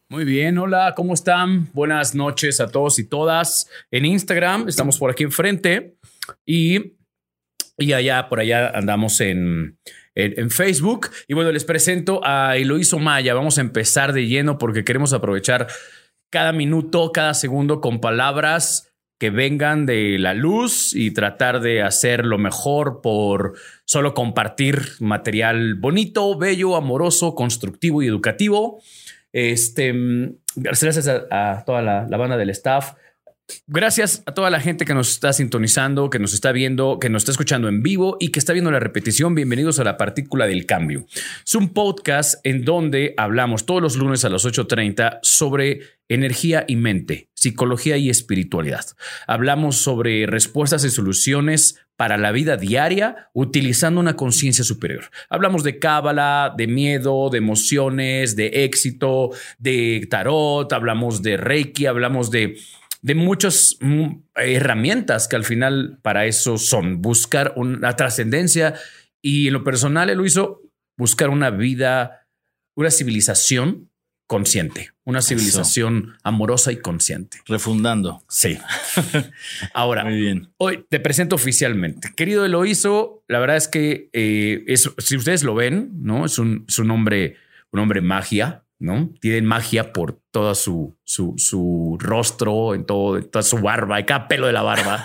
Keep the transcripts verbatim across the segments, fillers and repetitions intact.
Muy bien, hola, ¿cómo están? Buenas noches a todos y todas. En Instagram estamos por aquí enfrente y, y allá, por allá andamos en, en, en Facebook. Y bueno, les presento a Eloíso Maya. Vamos a empezar de lleno porque queremos aprovechar cada minuto, cada segundo con palabras que vengan de la luz y tratar de hacer lo mejor por solo compartir material bonito, bello, amoroso, constructivo y educativo. Este, gracias a, a toda la, la banda del staff. Gracias a toda la gente que nos está sintonizando, que nos está viendo, que nos está escuchando en vivo y que está viendo la repetición. Bienvenidos a La Partícula del Cambio. Es un podcast en donde hablamos todos los lunes a las ocho treinta sobre energía y mente, psicología y espiritualidad. Hablamos sobre respuestas y soluciones para la vida diaria utilizando una conciencia superior. Hablamos de cábala, de miedo, de emociones, de éxito, de tarot, hablamos de reiki, hablamos de... de muchas mm, herramientas que al final para eso son buscar una trascendencia y en lo personal él lo hizo buscar una vida, una civilización consciente, una civilización eso. Amorosa y consciente. Refundando. Sí. Ahora, muy bien. Hoy te presento oficialmente. Querido Eloíso, la verdad es que eh, es, si ustedes lo ven, ¿no? Es un, es un hombre, un hombre magia. ¿No? Tienen magia por todo su, su, su rostro, en todo, en toda su barba, y cada pelo de la barba.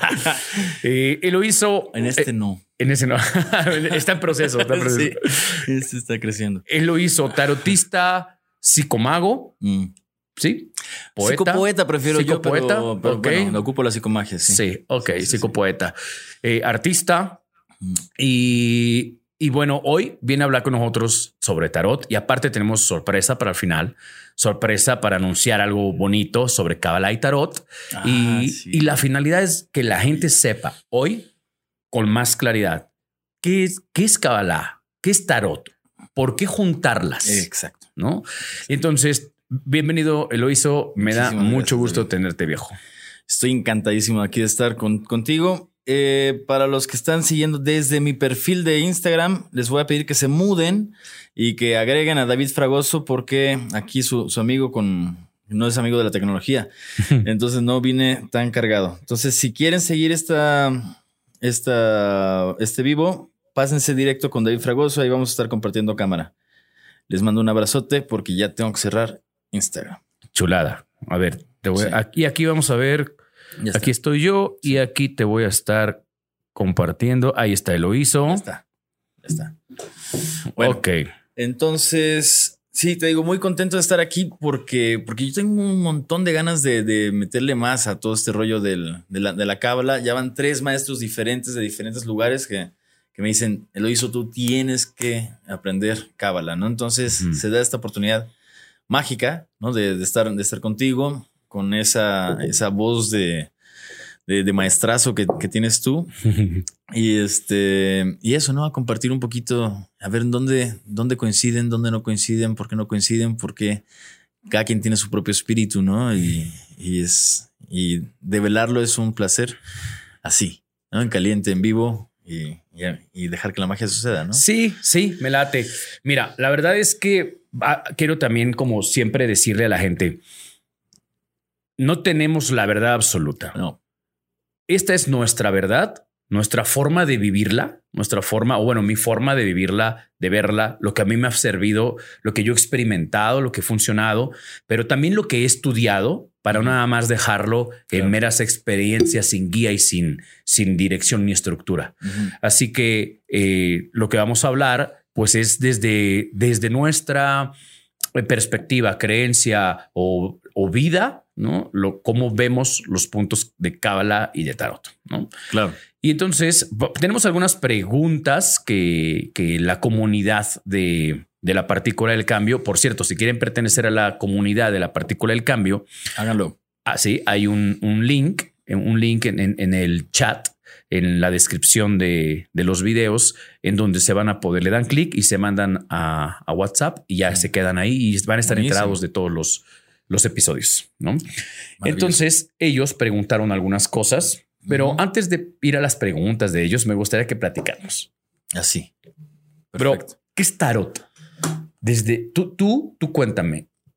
eh, él lo hizo. En este eh, no. En ese no. Está en proceso. Está en proceso. Sí, este está creciendo. Él lo hizo tarotista, psicomago. Mm. Sí. Poeta. Psicopoeta prefiero psicopoeta, yo, pero, pero okay. Bueno, me ocupo la psicomagia. Sí, sí ok. Sí, sí, psicopoeta. Sí. Eh, artista. Mm. Y. Y bueno, hoy viene a hablar con nosotros sobre tarot y aparte tenemos sorpresa para el final, sorpresa para anunciar algo bonito sobre cábala y tarot. Ah, y, sí. y la finalidad es que la gente sepa hoy con más claridad qué es, qué es cábala, qué es tarot, por qué juntarlas. Exacto. ¿No? Entonces, bienvenido, Eloíso. Me Muchísimas da mucho gracias, gusto David. Tenerte, viejo. Estoy encantadísimo aquí de estar con, contigo. Eh, para los que están siguiendo desde mi perfil de Instagram, les voy a pedir que se muden y que agreguen a David Fragoso porque aquí su, su amigo con, no es amigo de la tecnología. Entonces no vine tan cargado. Entonces, si quieren seguir esta, esta, este vivo, pásense directo con David Fragoso. Ahí vamos a estar compartiendo cámara. Les mando un abrazote porque ya tengo que cerrar Instagram. Chulada. A ver, te voy, sí. aquí, aquí vamos a ver. Aquí estoy yo y aquí te voy a estar compartiendo. Ahí está Eloíso. Ya está. Ya está. Bueno, ok. Entonces, sí, te digo, muy contento de estar aquí porque, porque yo tengo un montón de ganas de, de meterle más a todo este rollo del, de la, de la cábala. Ya van tres maestros diferentes de diferentes lugares que, que me dicen, Eloíso, tú tienes que aprender cábala, ¿no? Entonces mm. se da esta oportunidad mágica, ¿no? De, de, estar, de estar contigo. Con esa, esa voz de, de, de maestrazo que, que tienes tú. y este y eso, ¿no? A compartir un poquito, a ver dónde, dónde coinciden, dónde no coinciden, por qué no coinciden, porque cada quien tiene su propio espíritu, ¿no? Y, y, es, y develarlo es un placer así, ¿no? En caliente, en vivo y, y, y dejar que la magia suceda, ¿no? Sí, sí, me late. Mira, la verdad es que ah, quiero también, como siempre, decirle a la gente, no tenemos la verdad absoluta. No. Esta es nuestra verdad, nuestra forma de vivirla, nuestra forma, o bueno, mi forma de vivirla, de verla, lo que a mí me ha servido, lo que yo he experimentado, lo que ha funcionado, pero también lo que he estudiado para no nada más dejarlo claro. en meras experiencias sin guía y sin, sin dirección ni estructura. Uh-huh. Así que eh, lo que vamos a hablar, pues es desde, desde nuestra perspectiva, creencia o, o vida, ¿no? Lo, cómo vemos los puntos de cábala y de tarot, ¿no? Claro. Y entonces tenemos algunas preguntas que, que la comunidad de, de la Partícula del Cambio, por cierto, si quieren pertenecer a la comunidad de la Partícula del Cambio, háganlo. Así hay un, un link, un link en, en, en el chat, en la descripción de, de los videos, en donde se van a poder, le dan clic y se mandan a, a WhatsApp y ya se quedan ahí y van a estar Buenísimo. enterados de todos los, los episodios, ¿no? Entonces ellos preguntaron algunas cosas, pero uh-huh. antes de ir a las preguntas de ellos, me gustaría que platicáramos. Así. Pero, ¿qué es tarot? Desde tú, tú, tú cuéntame,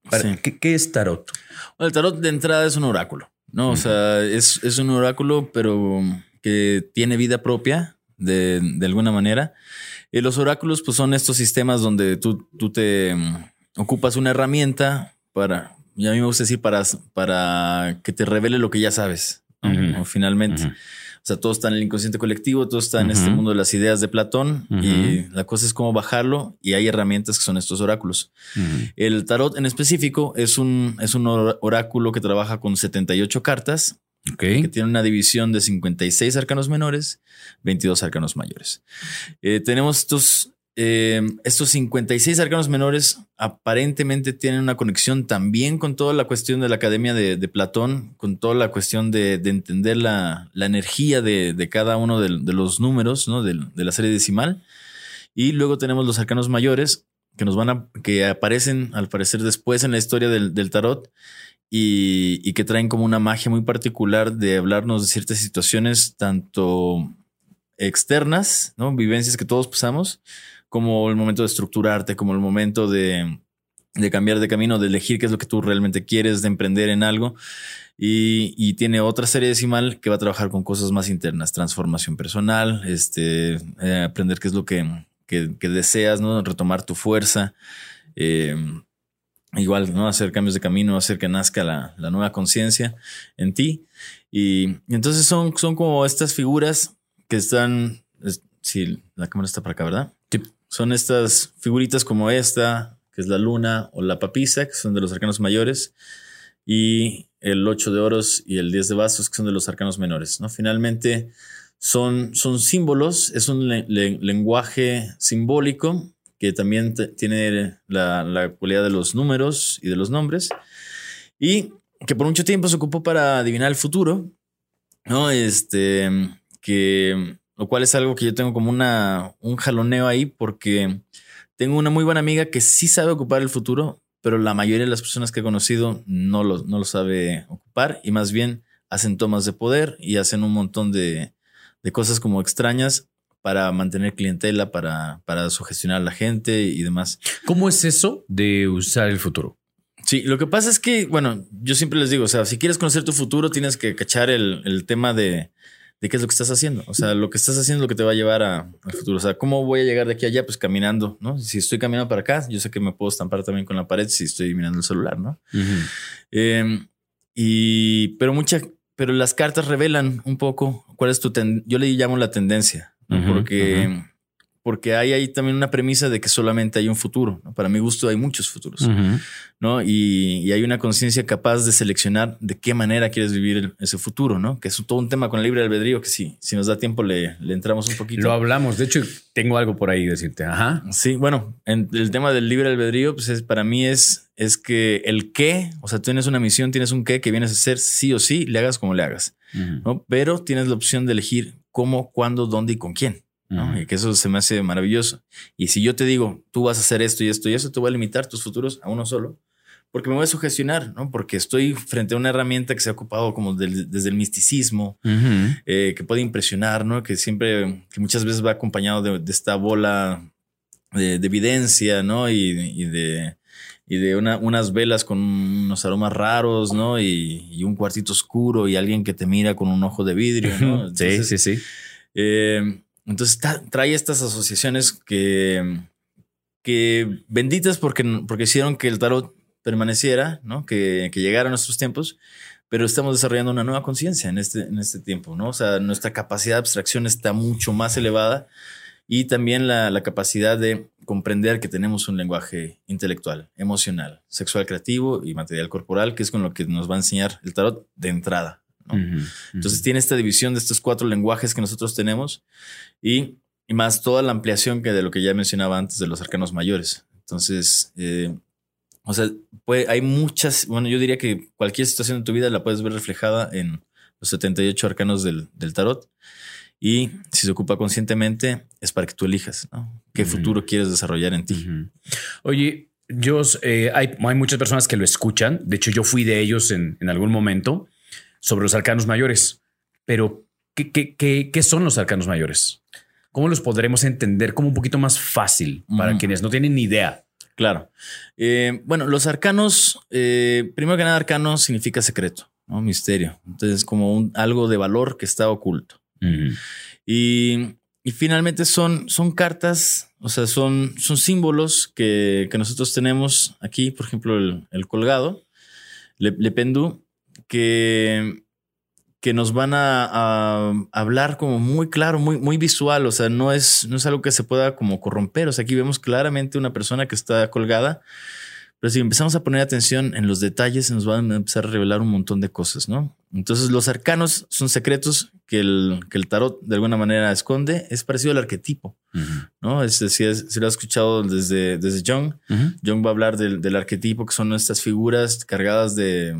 Para, Sí. ¿qué, ¿Qué es tarot? Bueno, el tarot de entrada es un oráculo, ¿no? O sea, es, es un oráculo, pero que tiene vida propia de, de alguna manera. Y los oráculos, pues, son estos sistemas donde tú, tú te um, ocupas una herramienta para, y a mí me gusta decir, para, para que te revele lo que ya sabes, ¿no? Uh-huh. O finalmente. Uh-huh. O sea, todo está en el inconsciente colectivo, todo está en Uh-huh. este mundo de las ideas de Platón, Uh-huh. y la cosa es cómo bajarlo, y hay herramientas que son estos oráculos. Uh-huh. El tarot en específico es un, es un oráculo que trabaja con setenta y ocho cartas, Okay. que tiene una división de cincuenta y seis arcanos menores, veintidós arcanos mayores. Eh, tenemos estos, eh, estos cincuenta y seis arcanos menores, aparentemente tienen una conexión también con toda la cuestión de la Academia de, de Platón, con toda la cuestión de, de entender la, la energía de, de cada uno de, de los números, ¿no? de, de la serie decimal. Y luego tenemos los arcanos mayores, que nos van a, que aparecen al parecer después en la historia del, del tarot. Y, y que traen como una magia muy particular de hablarnos de ciertas situaciones, tanto externas, ¿no? Vivencias que todos pasamos, como el momento de estructurarte, como el momento de, de cambiar de camino, de elegir qué es lo que tú realmente quieres, de emprender en algo. Y, y tiene otra serie decimal que va a trabajar con cosas más internas, transformación personal, este, eh, aprender qué es lo que, que, que deseas, ¿no? Retomar tu fuerza. Eh, Igual, ¿no? Hacer cambios de camino, hacer que nazca la, la nueva conciencia en ti. Y, y entonces son, son como estas figuras que están... Es, sí, la cámara está para acá, ¿verdad? Sí. Son estas figuritas como esta, que es la luna, o la papisa, que son de los arcanos mayores, y el ocho de oros y el diez de bastos, que son de los arcanos menores, ¿no? Finalmente son, son símbolos, es un le, le, lenguaje simbólico que también t- tiene la, la cualidad de los números y de los nombres, y que por mucho tiempo se ocupó para adivinar el futuro, ¿no? Este, que, lo cual es algo que yo tengo como una, un jaloneo ahí, porque tengo una muy buena amiga que sí sabe ocupar el futuro, pero la mayoría de las personas que he conocido no lo, no lo sabe ocupar, y más bien hacen tomas de poder y hacen un montón de, de cosas como extrañas para mantener clientela, para, para sugestionar a la gente y demás. ¿Cómo es eso de usar el futuro? Sí, lo que pasa es que, bueno, yo siempre les digo, o sea, si quieres conocer tu futuro, tienes que cachar el, el tema de, de qué es lo que estás haciendo. O sea, lo que estás haciendo es lo que te va a llevar a, al futuro. O sea, ¿cómo voy a llegar de aquí a allá? Pues caminando, ¿no? Si estoy caminando para acá, yo sé que me puedo estampar también con la pared si estoy mirando el celular, ¿no? Uh-huh. Eh, y, pero muchas, pero las cartas revelan un poco cuál es tu ten, yo le llamo la tendencia. ¿No? Uh-huh, porque, uh-huh. porque hay ahí también una premisa de que solamente hay un futuro, ¿no? Para mi gusto hay muchos futuros, uh-huh. ¿no? Y, y hay una conciencia capaz de seleccionar de qué manera quieres vivir el, ese futuro, ¿no? Que es todo un tema con el libre albedrío que sí, si nos da tiempo le, le entramos un poquito. Lo hablamos, de hecho tengo algo por ahí decirte. Ajá. Sí, bueno, en el tema del libre albedrío, pues es, para mí es, es que el qué, o sea, tú tienes una misión, tienes un qué que vienes a hacer sí o sí, le hagas como le hagas, uh-huh. ¿no? Pero tienes la opción de elegir cómo, cuándo, dónde y con quién, ¿no? Uh-huh. Y que eso se me hace maravilloso. Y si yo te digo, tú vas a hacer esto y esto y eso, te voy a limitar tus futuros a uno solo, porque me voy a sugestionar, ¿no? Porque estoy frente a una herramienta que se ha ocupado como del, desde el misticismo, uh-huh. eh, que puede impresionar, ¿no? Que siempre, que muchas veces va acompañado de, de esta bola de, de evidencia, ¿no? Y, y de... y de una, unas velas con unos aromas raros, ¿no? Y, y un cuartito oscuro y alguien que te mira con un ojo de vidrio, ¿no? Entonces, sí, sí, sí. Eh, entonces ta, trae estas asociaciones que, que benditas porque, porque hicieron que el tarot permaneciera, ¿no? Que, que llegara a nuestros tiempos, pero estamos desarrollando una nueva conciencia en este, en este tiempo, ¿no? O sea, nuestra capacidad de abstracción está mucho más elevada. Y también la, la capacidad de comprender que tenemos un lenguaje intelectual, emocional, sexual, creativo y material corporal, que es con lo que nos va a enseñar el tarot de entrada, ¿no? Uh-huh, uh-huh. Entonces tiene esta división de estos cuatro lenguajes que nosotros tenemos y, y más toda la ampliación que de lo que ya mencionaba antes de los arcanos mayores. Entonces, eh, o sea, puede, hay muchas, bueno, yo diría que cualquier situación de tu vida la puedes ver reflejada en los setenta y ocho arcanos del, del tarot. Y si se ocupa conscientemente, es para que tú elijas, ¿no? ¿Qué uh-huh. futuro quieres desarrollar en ti? Uh-huh. Oye, yo, eh, hay, hay muchas personas que lo escuchan. De hecho, yo fui de ellos en, en algún momento sobre los arcanos mayores. Pero, ¿qué, qué, qué, qué son los arcanos mayores? ¿Cómo los podremos entender como un poquito más fácil para uh-huh. quienes no tienen ni idea? Claro. Eh, bueno, los arcanos, eh, primero que nada, arcano significa secreto, ¿no? Misterio. Entonces, como un, algo de valor que está oculto. Uh-huh. Y, y finalmente son, son cartas, o sea, son, son símbolos que, que nosotros tenemos aquí, por ejemplo, el, el colgado, Le, Le Pendu, que, que nos van a, a hablar como muy claro, muy, muy visual. O sea, no es, no es algo que se pueda como corromper. O sea, aquí vemos claramente una persona que está colgada, pero si empezamos a poner atención en los detalles, nos van a empezar a revelar un montón de cosas, ¿no? Entonces, los arcanos son secretos que el, que el tarot de alguna manera esconde. Es parecido al arquetipo, uh-huh. ¿no? Es decir, si lo has escuchado desde, desde Jung, uh-huh. Jung va a hablar del, del arquetipo, que son estas figuras cargadas de...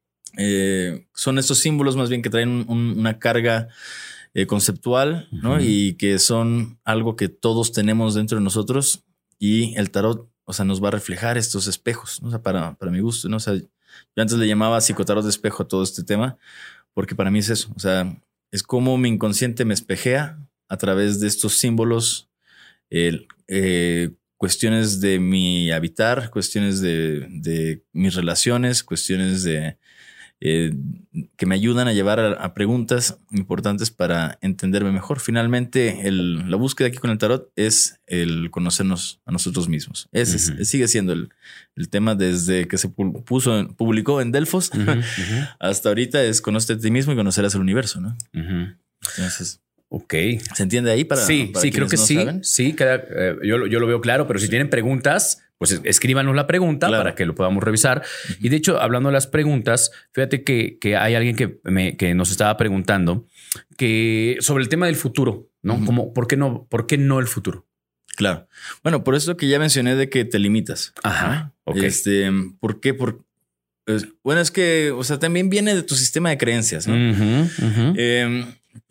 Eh, son estos símbolos más bien que traen un, un, una carga eh, conceptual, ¿no? Uh-huh. Y que son algo que todos tenemos dentro de nosotros, y el tarot, o sea, nos va a reflejar estos espejos, ¿no? O sea, para, para mi gusto, ¿no? O sea, yo antes le llamaba psicotarot de espejo a todo este tema, porque para mí es eso. O sea, es como mi inconsciente me espejea a través de estos símbolos, eh, eh, cuestiones de mi habitar, cuestiones de, de mis relaciones, cuestiones de eh, que me ayudan a llevar a, a preguntas importantes para entenderme mejor. Finalmente, el, la búsqueda aquí con el tarot es el conocernos a nosotros mismos. Ese uh-huh. es, sigue siendo el, el tema desde que se puso, publicó en Delfos uh-huh, uh-huh. hasta ahorita, es conócete a ti mismo y conocerás el universo, ¿no? Uh-huh. Entonces... Ok. ¿Se entiende ahí? Para, sí, para sí, creo que no sí. Saben? Sí, cada, eh, yo, yo lo veo claro, pero si sí. tienen preguntas, pues escríbanos la pregunta claro. para que lo podamos revisar. Uh-huh. Y de hecho, hablando de las preguntas, fíjate que, que hay alguien que, me, que nos estaba preguntando que sobre el tema del futuro, ¿no? Uh-huh. Como, ¿por qué no, por qué no el futuro? Claro. Bueno, por eso que ya mencioné de que te limitas. Ajá. ¿No? Okay. Este, ¿por qué? Por, pues, bueno, es que, o sea, también viene de tu sistema de creencias, ¿no? Uh-huh, uh-huh. Eh,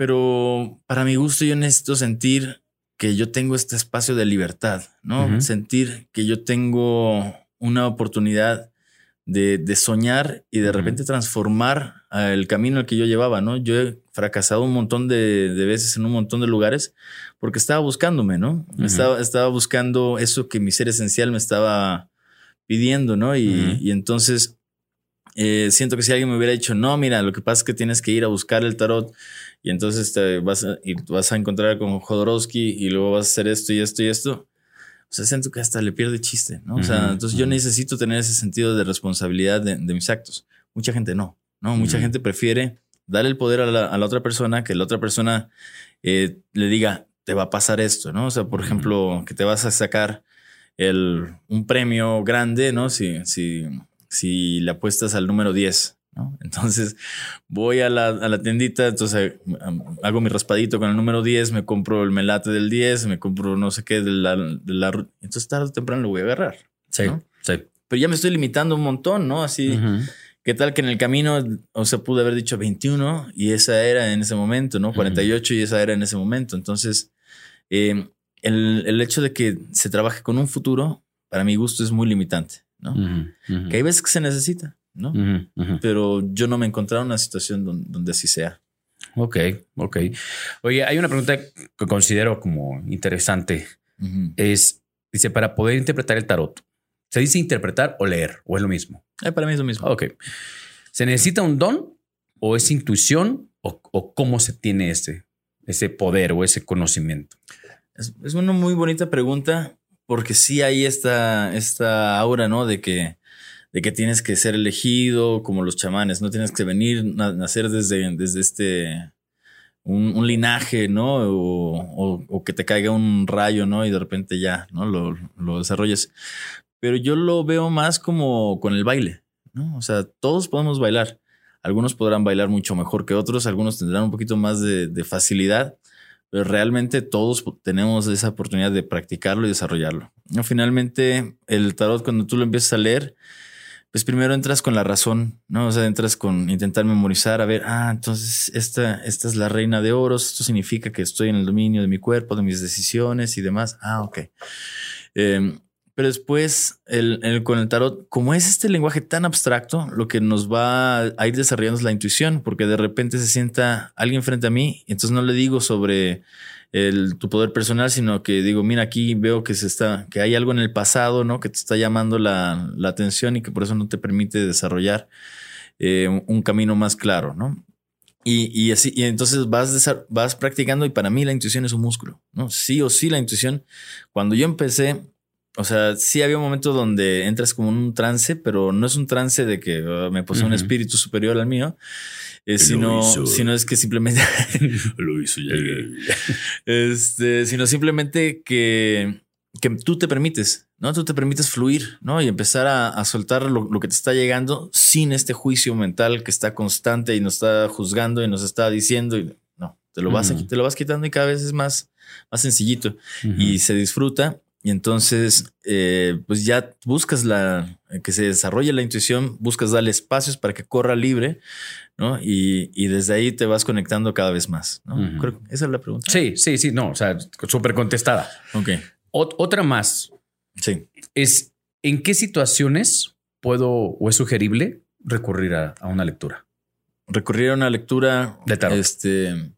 Pero para mi gusto yo necesito sentir que yo tengo este espacio de libertad, ¿no? Uh-huh. Sentir que yo tengo una oportunidad de, de soñar y de uh-huh. repente transformar el camino al que yo llevaba, ¿no? Yo he fracasado un montón de, de veces en un montón de lugares porque estaba buscándome, ¿no? Uh-huh. Estaba, estaba buscando eso que mi ser esencial me estaba pidiendo, ¿no? Y, uh-huh. y entonces eh, siento que si alguien me hubiera dicho, no, mira, lo que pasa es que tienes que ir a buscar el tarot y entonces te vas a, y vas a encontrar con Jodorowsky y luego vas a hacer esto y esto y esto. O sea, siento que hasta le pierde chiste, ¿no? Uh-huh, o sea, entonces uh-huh. yo necesito tener ese sentido de responsabilidad de, de mis actos. Mucha gente no, ¿no? Mucha uh-huh. gente prefiere darle el poder a la, a la otra persona, que la otra persona eh, le diga, te va a pasar esto, ¿no? O sea, por uh-huh. ejemplo, que te vas a sacar el, un premio grande, ¿no? Si, si, si le apuestas al número diez, ¿no? Entonces voy a la, a la tiendita, entonces hago mi raspadito con el número diez, me compro el melate del diez, me compro no sé qué de la, de la entonces tarde o temprano lo voy a agarrar. Sí, ¿no? Sí. Pero ya me estoy limitando un montón, ¿no? Así, uh-huh. ¿qué tal que en el camino, o sea, pude haber dicho veintiuno y esa era en ese momento, ¿no? cuarenta y ocho uh-huh. y esa era en ese momento. Entonces, eh, el, el hecho de que se trabaje con un futuro, para mi gusto es muy limitante, ¿no? Uh-huh. Uh-huh. Que hay veces que se necesita, ¿no? Uh-huh, uh-huh. Pero yo no me he encontrado en una situación donde, donde así sea. Ok, ok. Oye, hay una pregunta que considero como interesante. Uh-huh. Es, dice, para poder interpretar el tarot, ¿se dice interpretar o leer? ¿O es lo mismo? Eh, para mí es lo mismo. Ok. ¿Se necesita un don o es intuición o, o cómo se tiene ese, ese poder o ese conocimiento? Es, es una muy bonita pregunta porque sí hay esta, esta aura, ¿no? De que de que tienes que ser elegido como los chamanes, no tienes que venir, nacer desde, desde este, un, un linaje, ¿no? O, o, o que te caiga un rayo, ¿no? Y de repente ya, ¿no? Lo, lo desarrolles. Pero yo lo veo más como con el baile, ¿no? O sea, todos podemos bailar. Algunos podrán bailar mucho mejor que otros, algunos tendrán un poquito más de, de facilidad, pero realmente todos tenemos esa oportunidad de practicarlo y desarrollarlo. ¿No? Finalmente, el tarot, cuando tú lo empiezas a leer, pues primero entras con la razón, ¿no? O sea, entras con intentar memorizar, a ver, ah, entonces esta, esta es la reina de oros, esto significa que estoy en el dominio de mi cuerpo, de mis decisiones y demás. Ah, ok. Eh, pero después, el, el, con el tarot, como es este lenguaje tan abstracto, lo que nos va a ir desarrollando es la intuición, porque de repente se sienta alguien frente a mí y entonces no le digo sobre el, tu poder personal, sino que digo, mira, aquí veo que se está, que hay algo en el pasado, ¿no? Que te está llamando la, la atención y que por eso no te permite desarrollar eh, un, un camino más claro, ¿no? Y, y así, y entonces vas, vas practicando, y para mí la intuición es un músculo, ¿no? Sí o sí la intuición. Cuando yo empecé, o sea, sí había un momento donde entras como en un trance, pero no es un trance de que uh, me posee uh-huh. un espíritu superior al mío, eh, sino, sino es que simplemente lo hizo ya. este, sino simplemente que, que tú te permites, ¿no? Tú te permites fluir, ¿no? Y empezar a, a soltar lo, lo que te está llegando sin este juicio mental que está constante y nos está juzgando y nos está diciendo. Y, no, te lo, vas, uh-huh. te lo vas quitando y cada vez es más, más sencillito uh-huh. y se disfruta. Y entonces, eh, pues ya buscas la que se desarrolle la intuición, buscas darle espacios para que corra libre, ¿no? Y, y desde ahí te vas conectando cada vez más, ¿no? Uh-huh. Creo que esa es la pregunta. Sí, sí, sí, no, o sea, súper contestada. Ok. Ot- otra más. Sí. Es, ¿en qué situaciones puedo o es sugerible recurrir a, a una lectura? Recurrir a una lectura de tarot. Este,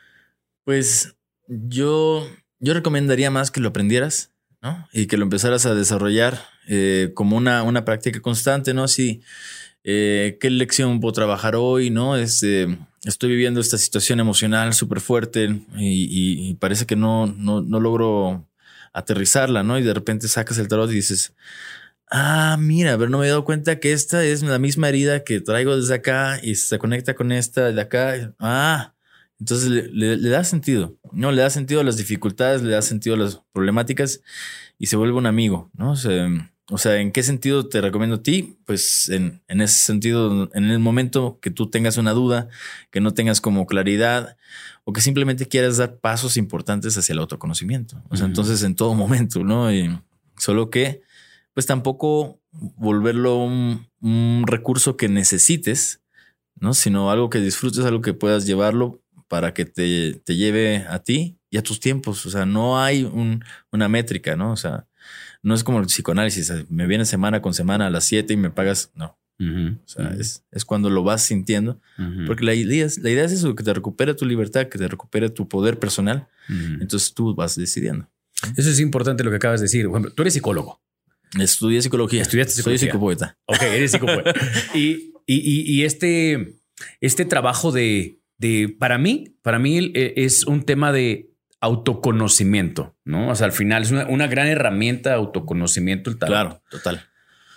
pues yo, yo recomendaría más que lo aprendieras, ¿no? Y que lo empezaras a desarrollar eh, como una, una práctica constante, ¿no? Si, eh, ¿qué lección puedo trabajar hoy, no? Este, estoy viviendo esta situación emocional súper fuerte y, y, y parece que no, no, no logro aterrizarla, ¿no? Y de repente sacas el tarot y dices, ah, mira, a ver, no me he dado cuenta que esta es la misma herida que traigo desde acá y se conecta con esta de acá. Ah, entonces le, le, le da sentido, ¿no? Le da sentido a las dificultades, le da sentido a las problemáticas y se vuelve un amigo, ¿no? O sea, o sea, ¿en qué sentido te recomiendo a ti? Pues en, en ese sentido, en el momento que tú tengas una duda, que no tengas como claridad o que simplemente quieras dar pasos importantes hacia el autoconocimiento. O sea, uh-huh. entonces en todo momento, ¿no? Y solo que, pues tampoco volverlo un, un recurso que necesites, ¿no? Sino algo que disfrutes, algo que puedas llevarlo para que te, te lleve a ti y a tus tiempos. O sea, no hay un, una métrica, ¿no? O sea, no es como el psicoanálisis. Me viene semana con semana a las siete y me pagas. No. Uh-huh. O sea, uh-huh. es, es cuando lo vas sintiendo. Uh-huh. Porque la idea, es, la idea es eso, que te recupere tu libertad, que te recupere tu poder personal. Uh-huh. Entonces tú vas decidiendo. Eso es importante lo que acabas de decir. Por ejemplo, tú eres psicólogo. Estudié psicología. Estudiaste psicología. Soy psicopoeta. Ok, eres psicopoeta. y, y, y este, este trabajo de, de, para mí, para mí es un tema de autoconocimiento, ¿no? O sea, al final es una, una gran herramienta de autoconocimiento el tarot. Claro, total.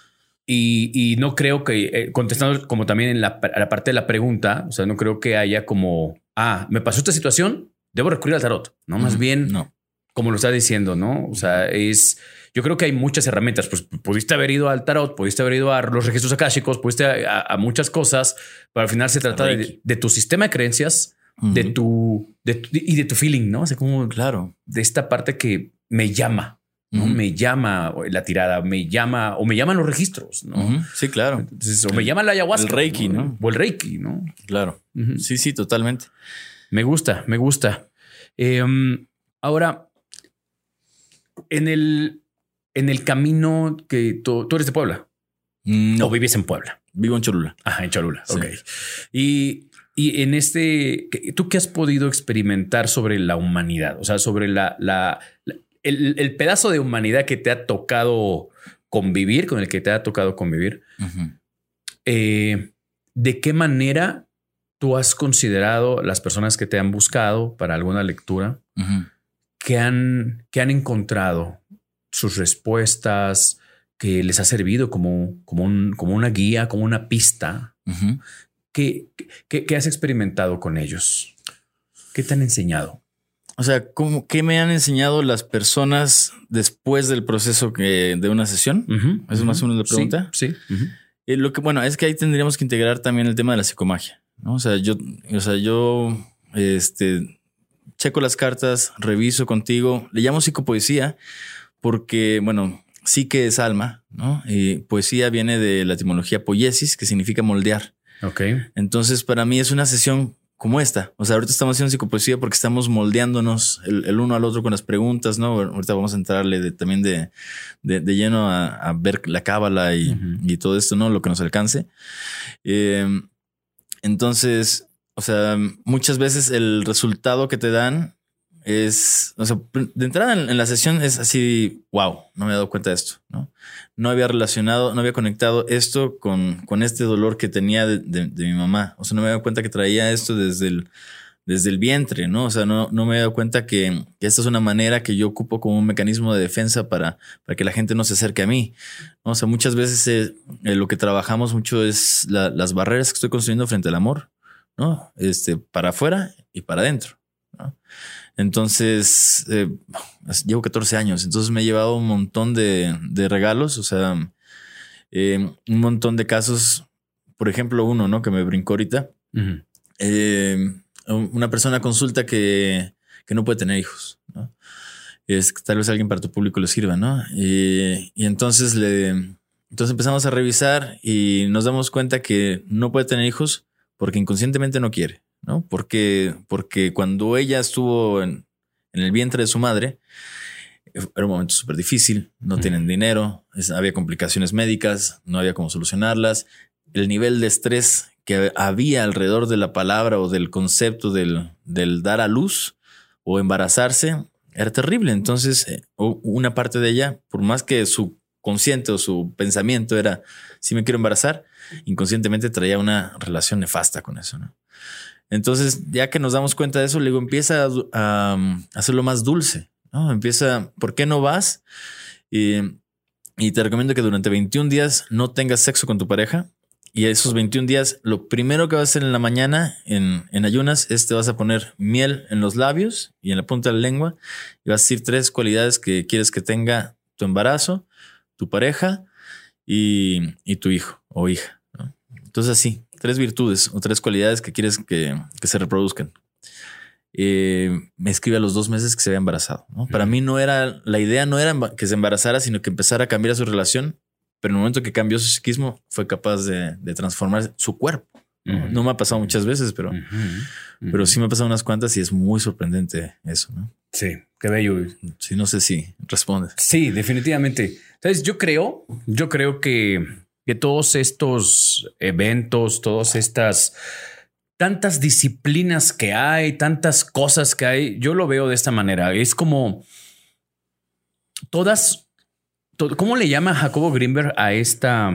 Y, y no creo que, eh, contestando como también en la, la parte de la pregunta, o sea, no creo que haya como, ah, me pasó esta situación, debo recurrir al tarot, ¿no? Más mm, bien, no. Como lo está diciendo, ¿no? O sea, es... Yo creo que hay muchas herramientas. Pues pudiste haber ido al tarot, pudiste haber ido a los registros akáshicos, pudiste a, a, a muchas cosas, pero al final se trata de, de tu sistema de creencias, uh-huh. de, tu, de tu y de tu feeling, ¿no? O sea, como claro, de esta parte que me llama, ¿no? Uh-huh. Me llama la tirada, me llama o me llaman los registros, ¿no? Uh-huh. Sí, claro. Entonces, o me llama la ayahuasca, el reiki, ¿no? ¿no? O el reiki, ¿no? Claro. Uh-huh. Sí, sí, totalmente. Me gusta, me gusta. Eh, ahora, en el En el camino que tú, tú eres de Puebla. No. ¿O vives en Puebla? Vivo en Cholula. Ajá, en Cholula. Sí. Ok. Y, y en este, ¿tú qué has podido experimentar sobre la humanidad? O sea, sobre la, la, la el, el pedazo de humanidad que te ha tocado convivir, con el que te ha tocado convivir. Uh-huh. Eh, ¿De qué manera tú has considerado las personas que te han buscado para alguna lectura uh-huh. que han, que han encontrado sus respuestas, que les ha servido como, como, un, como una guía, como una pista? Uh-huh. ¿Qué, qué, ¿Qué has experimentado con ellos? ¿Qué te han enseñado? O sea, ¿cómo, ¿qué me han enseñado las personas después del proceso que, de una sesión? Uh-huh. ¿Eso es más o menos la pregunta? Sí. sí. Uh-huh. Eh, lo que, bueno, es que ahí tendríamos que integrar también el tema de la psicomagia, ¿no? O sea, yo, o sea, yo este, checo las cartas, reviso contigo, le llamo psicopoesía, porque, bueno, psique es alma, ¿no? Y poesía viene de la etimología poiesis, que significa moldear. Ok. Entonces, para mí es una sesión como esta. O sea, ahorita estamos haciendo psicopoesía porque estamos moldeándonos el, el uno al otro con las preguntas, ¿no? Ahorita vamos a entrarle de, también de, de, de lleno a, a ver la cábala y, uh-huh. y todo esto, ¿no? Lo que nos alcance. Eh, entonces, o sea, muchas veces el resultado que te dan es, o sea, de entrada en, en la sesión es así, wow, no me he dado cuenta de esto, ¿no? No había relacionado, no había conectado esto con, con este dolor que tenía de, de, de mi mamá. O sea, no me he dado cuenta que traía esto desde el, desde el vientre, ¿no? O sea, no, no me he dado cuenta que, que esta es una manera que yo ocupo como un mecanismo de defensa para, para que la gente no se acerque a mí, ¿no? O sea, muchas veces eh, eh, lo que trabajamos mucho es la, las barreras que estoy construyendo frente al amor, ¿no? Este, para afuera y para adentro, ¿no? Entonces, eh, llevo catorce años, entonces me he llevado un montón de, de regalos, o sea, eh, un montón de casos, por ejemplo, uno, ¿no? Que me brincó ahorita. Uh-huh. Eh, una persona consulta que, que no puede tener hijos, ¿no? Es que tal vez alguien para tu público le sirva, ¿no? Y, y entonces le, entonces empezamos a revisar y nos damos cuenta que no puede tener hijos porque inconscientemente no quiere, ¿no? Porque, porque cuando ella estuvo en, en el vientre de su madre, era un momento súper difícil, no uh-huh. tienen dinero, es, había complicaciones médicas, no había cómo solucionarlas. El nivel de estrés que había alrededor de la palabra o del concepto del, del dar a luz o embarazarse era terrible. Entonces, una parte de ella, por más que su consciente o su pensamiento era, si me quiero embarazar, inconscientemente traía una relación nefasta con eso, ¿no? Entonces, ya que nos damos cuenta de eso, le digo, empieza a, a, a hacerlo más dulce, ¿no? Empieza, ¿por qué no vas? Y, y te recomiendo que durante veintiún días no tengas sexo con tu pareja. Y esos veintiún días, lo primero que vas a hacer en la mañana en, en ayunas es te vas a poner miel en los labios y en la punta de la lengua y vas a decir tres cualidades que quieres que tenga tu embarazo, tu pareja y, y tu hijo o hija, ¿no? Entonces así, tres virtudes o tres cualidades que quieres que, que se reproduzcan. Eh, me escribe a los dos meses que se había embarazado, ¿no? Uh-huh. Para mí no era, la idea no era que se embarazara, sino que empezara a cambiar su relación. Pero en el momento que cambió su psiquismo, fue capaz de, de transformar su cuerpo. ¿No? Uh-huh. No me ha pasado muchas veces, pero, uh-huh. Uh-huh. pero sí me ha pasado unas cuantas y es muy sorprendente eso, ¿no? Sí, qué bello. Sí, no sé si responde. Sí, definitivamente. Entonces, yo creo, yo creo que, que todos estos eventos, todas estas tantas disciplinas que hay, tantas cosas que hay, yo lo veo de esta manera. Es como todas. ¿Cómo le llama Jacobo Greenberg a esta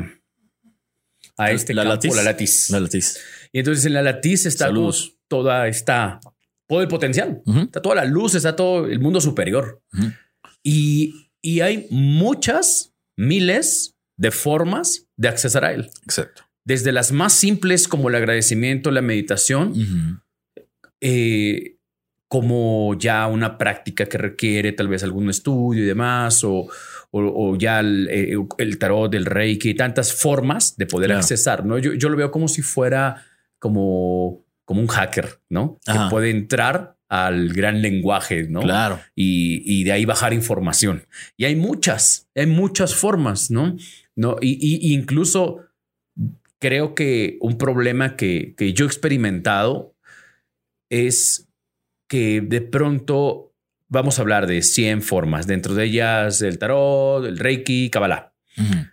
a este la campo? latiz. La latiz. La latiz. Y entonces en la latiz está toda esta todo el potencial, uh-huh. está toda la luz, está todo el mundo superior. Uh-huh. Y, y hay muchas miles de formas de accesar a él. Exacto. Desde las más simples como el agradecimiento, la meditación, uh-huh. eh, como ya una práctica que requiere tal vez algún estudio y demás, o O, o ya el, el tarot, el reiki, tantas formas de poder claro. accesar, ¿no? Yo, yo lo veo como si fuera como, como un hacker, ¿no? Ajá. Que puede entrar al gran lenguaje, ¿no? Claro. Y, y de ahí bajar información. Y hay muchas, hay muchas formas, ¿no? ¿No? Y, y incluso creo que un problema que, que yo he experimentado es que de pronto vamos a hablar de cien formas, dentro de ellas el tarot, el reiki, Kabbalah. Uh-huh.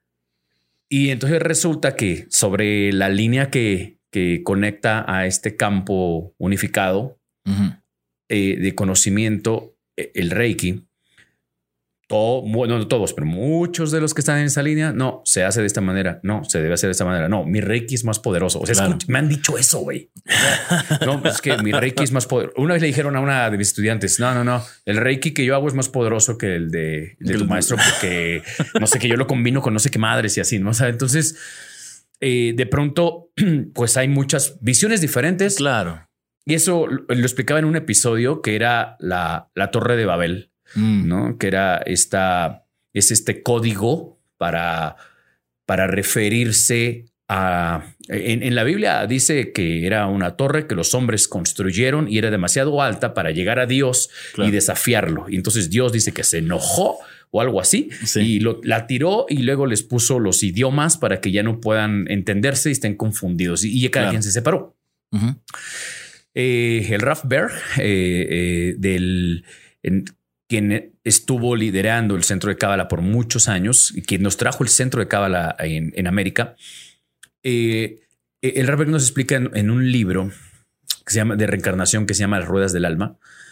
Y entonces resulta que sobre la línea que, que conecta a este campo unificado uh-huh. eh, de conocimiento, el reiki, todo, bueno, no todos, pero muchos de los que están en esa línea, no, se hace de esta manera, no, se debe hacer de esta manera, no, mi reiki es más poderoso. O sea, claro. escucha, me han dicho eso, güey. No, es que mi reiki es más poderoso. Una vez le dijeron a una de mis estudiantes, no, no, no, el reiki que yo hago es más poderoso que el de, de tu maestro porque no sé, que yo lo combino con no sé qué madres y así, ¿no? O sea, entonces eh, de pronto, pues hay muchas visiones diferentes. Claro. Y eso lo, lo explicaba en un episodio que era la, la Torre de Babel. Mm. ¿No? Que era esta, es este código para, para referirse a... En, en la Biblia dice que era una torre que los hombres construyeron y era demasiado alta para llegar a Dios claro. y desafiarlo. Y entonces Dios dice que se enojó o algo así sí. y lo, la tiró y luego les puso los idiomas para que ya no puedan entenderse y estén confundidos. Y, y cada claro. quien se separó. Uh-huh. Eh, el Ralph Baer eh, eh, del... En, quien estuvo liderando el centro de Kabbalah por muchos años y quien nos trajo el centro de Kabbalah en, en América. Eh, el Ralph Baer nos explica en, en un libro que se llama de reencarnación que se llama Las Ruedas del Alma.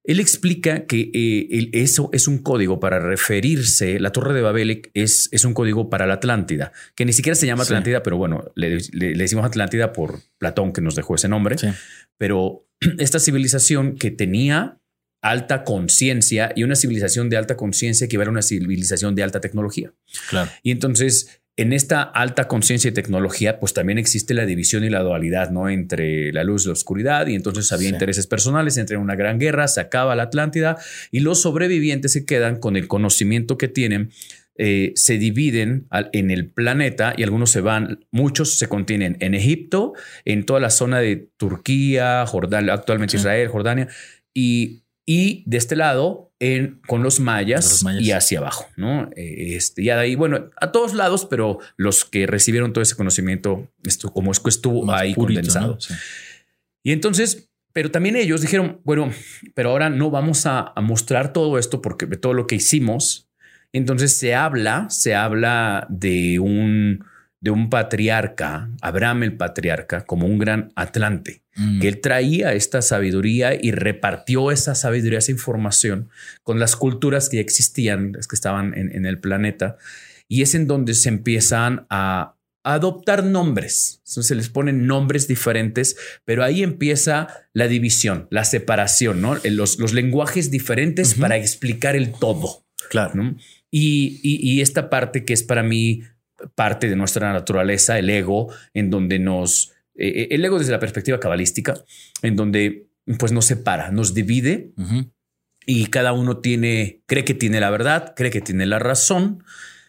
él explica que eh, el, eso es un código para referirse. La Torre de Babel es, es un código para la Atlántida, que ni siquiera se llama Atlántida, sí. pero bueno, le, le, le decimos Atlántida por Platón, que nos dejó ese nombre. Sí. Pero esta civilización que tenía alta conciencia y una civilización de alta conciencia equivale a una civilización de alta tecnología. Claro. Y entonces, en esta alta conciencia y tecnología, pues también existe la división y la dualidad, ¿no? Entre la luz y la oscuridad. Y entonces había sí. intereses personales, entre una gran guerra, se acaba la Atlántida y los sobrevivientes se quedan con el conocimiento que tienen. Eh, se dividen al, en el planeta y algunos se van, muchos se contienen en Egipto, en toda la zona de Turquía, Jordania, actualmente sí. Israel, Jordania y Y de este lado, en, con los mayas, los mayas y hacia abajo, ¿no? Este, y ahí, bueno, a todos lados, pero los que recibieron todo ese conocimiento, esto, como es que estuvo más ahí purito, condensado. ¿No? Sí. Y entonces, pero también ellos dijeron, bueno, pero ahora no vamos a, a mostrar todo esto porque de todo lo que hicimos. Entonces se habla, se habla de un, de un patriarca, Abraham el patriarca, como un gran Atlante. Mm. Que él traía esta sabiduría y repartió esa sabiduría, esa información con las culturas que ya existían, las que estaban en, en el planeta. Y es en donde se empiezan a, a adoptar nombres. Entonces se les ponen nombres diferentes, pero ahí empieza la división, la separación, ¿no? Los, los lenguajes diferentes uh-huh. para explicar el todo. Claro. ¿No? Y, y, y esta parte que es para mí parte de nuestra naturaleza, el ego, en donde nos... Eh, el ego desde la perspectiva cabalística, en donde pues nos separa, nos divide uh-huh. y cada uno tiene, cree que tiene la verdad, cree que tiene la razón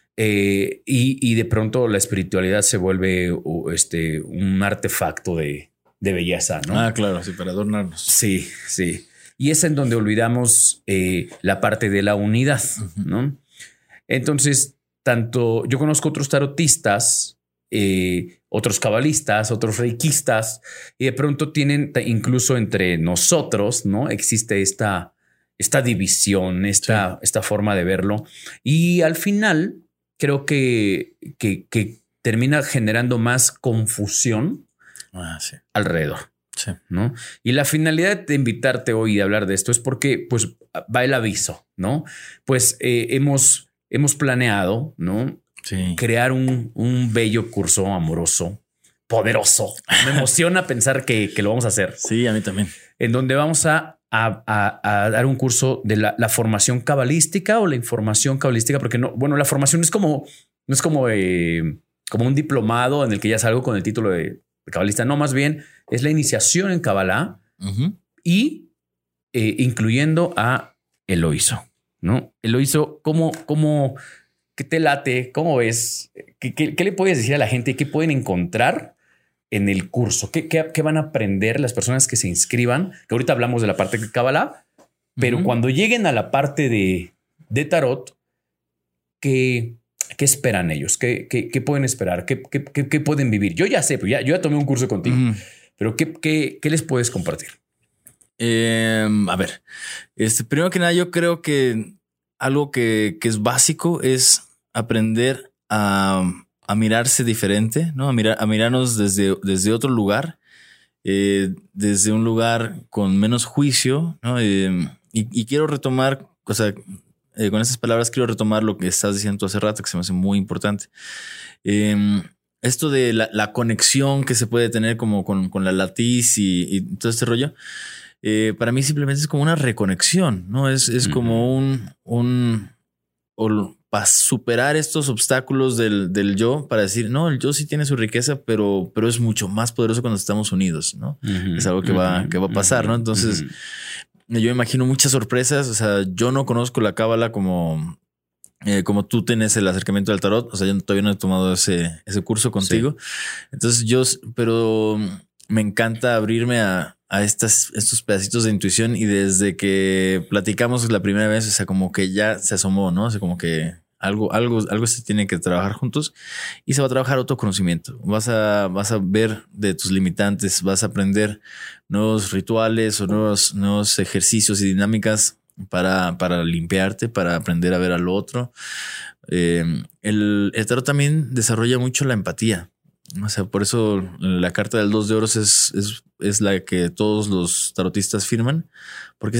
eh, y, y de pronto la espiritualidad se vuelve uh, este, un artefacto de, de belleza, ¿no? Ah, claro, sí, para adornarnos. Sí, sí. Y es en donde olvidamos eh, la parte de la unidad, uh-huh. ¿no? Entonces, tanto yo conozco otros tarotistas, eh, otros cabalistas, otros reikistas, y de pronto tienen incluso entre nosotros, ¿no? Existe esta, esta división, esta, sí. esta forma de verlo. Y al final creo que, que, que termina generando más confusión ah, sí. alrededor. Sí. ¿No? Y la finalidad de invitarte hoy y de hablar de esto es porque pues va el aviso, ¿no? Pues eh, hemos, hemos planeado, ¿no? Sí. Crear un, un bello curso amoroso, poderoso. Me emociona pensar que, que lo vamos a hacer. Sí, a mí también. En donde vamos a, a, a, a dar un curso de la, la formación cabalística o la información cabalística, porque no, bueno, la formación es como, no es como, eh, como un diplomado en el que ya salgo con el título de, de cabalista. No, más bien es la iniciación en Kabbalah uh-huh. y eh, incluyendo a Eloíso, ¿no? Eloíso, ¿cómo, cómo ¿qué te late? ¿Cómo ves? ¿Qué, qué, qué le puedes decir a la gente? ¿Qué pueden encontrar en el curso? ¿Qué, qué, qué van a aprender las personas que se inscriban? Que ahorita hablamos de la parte de Kabbalah, pero uh-huh. cuando lleguen a la parte de, de tarot, ¿qué, qué esperan ellos? ¿Qué, qué, qué pueden esperar? ¿Qué, qué, qué, qué pueden vivir? Yo ya sé, pues ya, yo ya tomé un curso contigo, uh-huh. pero ¿qué, qué, qué les puedes compartir? Eh, a ver, este, primero que nada, yo creo que algo que, que es básico es aprender a, a mirarse diferente, ¿no? A mirar, a mirarnos desde, desde otro lugar, eh, desde un lugar con menos juicio, ¿no? Eh, y, y quiero retomar, o sea, eh, con estas palabras quiero retomar lo que estás diciendo hace rato, que se me hace muy importante. Eh, esto de la, la conexión que se puede tener como con, con la latiz y, y todo este rollo. Eh, para mí simplemente es como una reconexión, ¿no? Es, es uh-huh. como un, un o, para superar estos obstáculos del, del yo, para decir, no, el yo sí tiene su riqueza, pero, pero es mucho más poderoso cuando estamos unidos, ¿no? Uh-huh. Es algo que, uh-huh. va, que va a pasar, ¿no? Entonces, uh-huh. yo imagino muchas sorpresas. O sea, yo no conozco la Cábala como, eh, como tú tienes el acercamiento al tarot. O sea, yo todavía no he tomado ese, ese curso contigo. Sí. Entonces, yo, pero me encanta abrirme a a estas, estos pedacitos de intuición, y desde que platicamos la primera vez, o sea, como que ya se asomó, ¿no? O sea, como que algo, algo, algo se tiene que trabajar juntos y se va a trabajar autoconocimiento. Vas a, vas a ver de tus limitantes, vas a aprender nuevos rituales o nuevos, nuevos ejercicios y dinámicas para, para limpiarte, para aprender a ver al otro. Eh, el, el tarot también desarrolla mucho la empatía. O sea, por eso la carta del dos de oros es, es, es la que todos los tarotistas firman, porque es esto,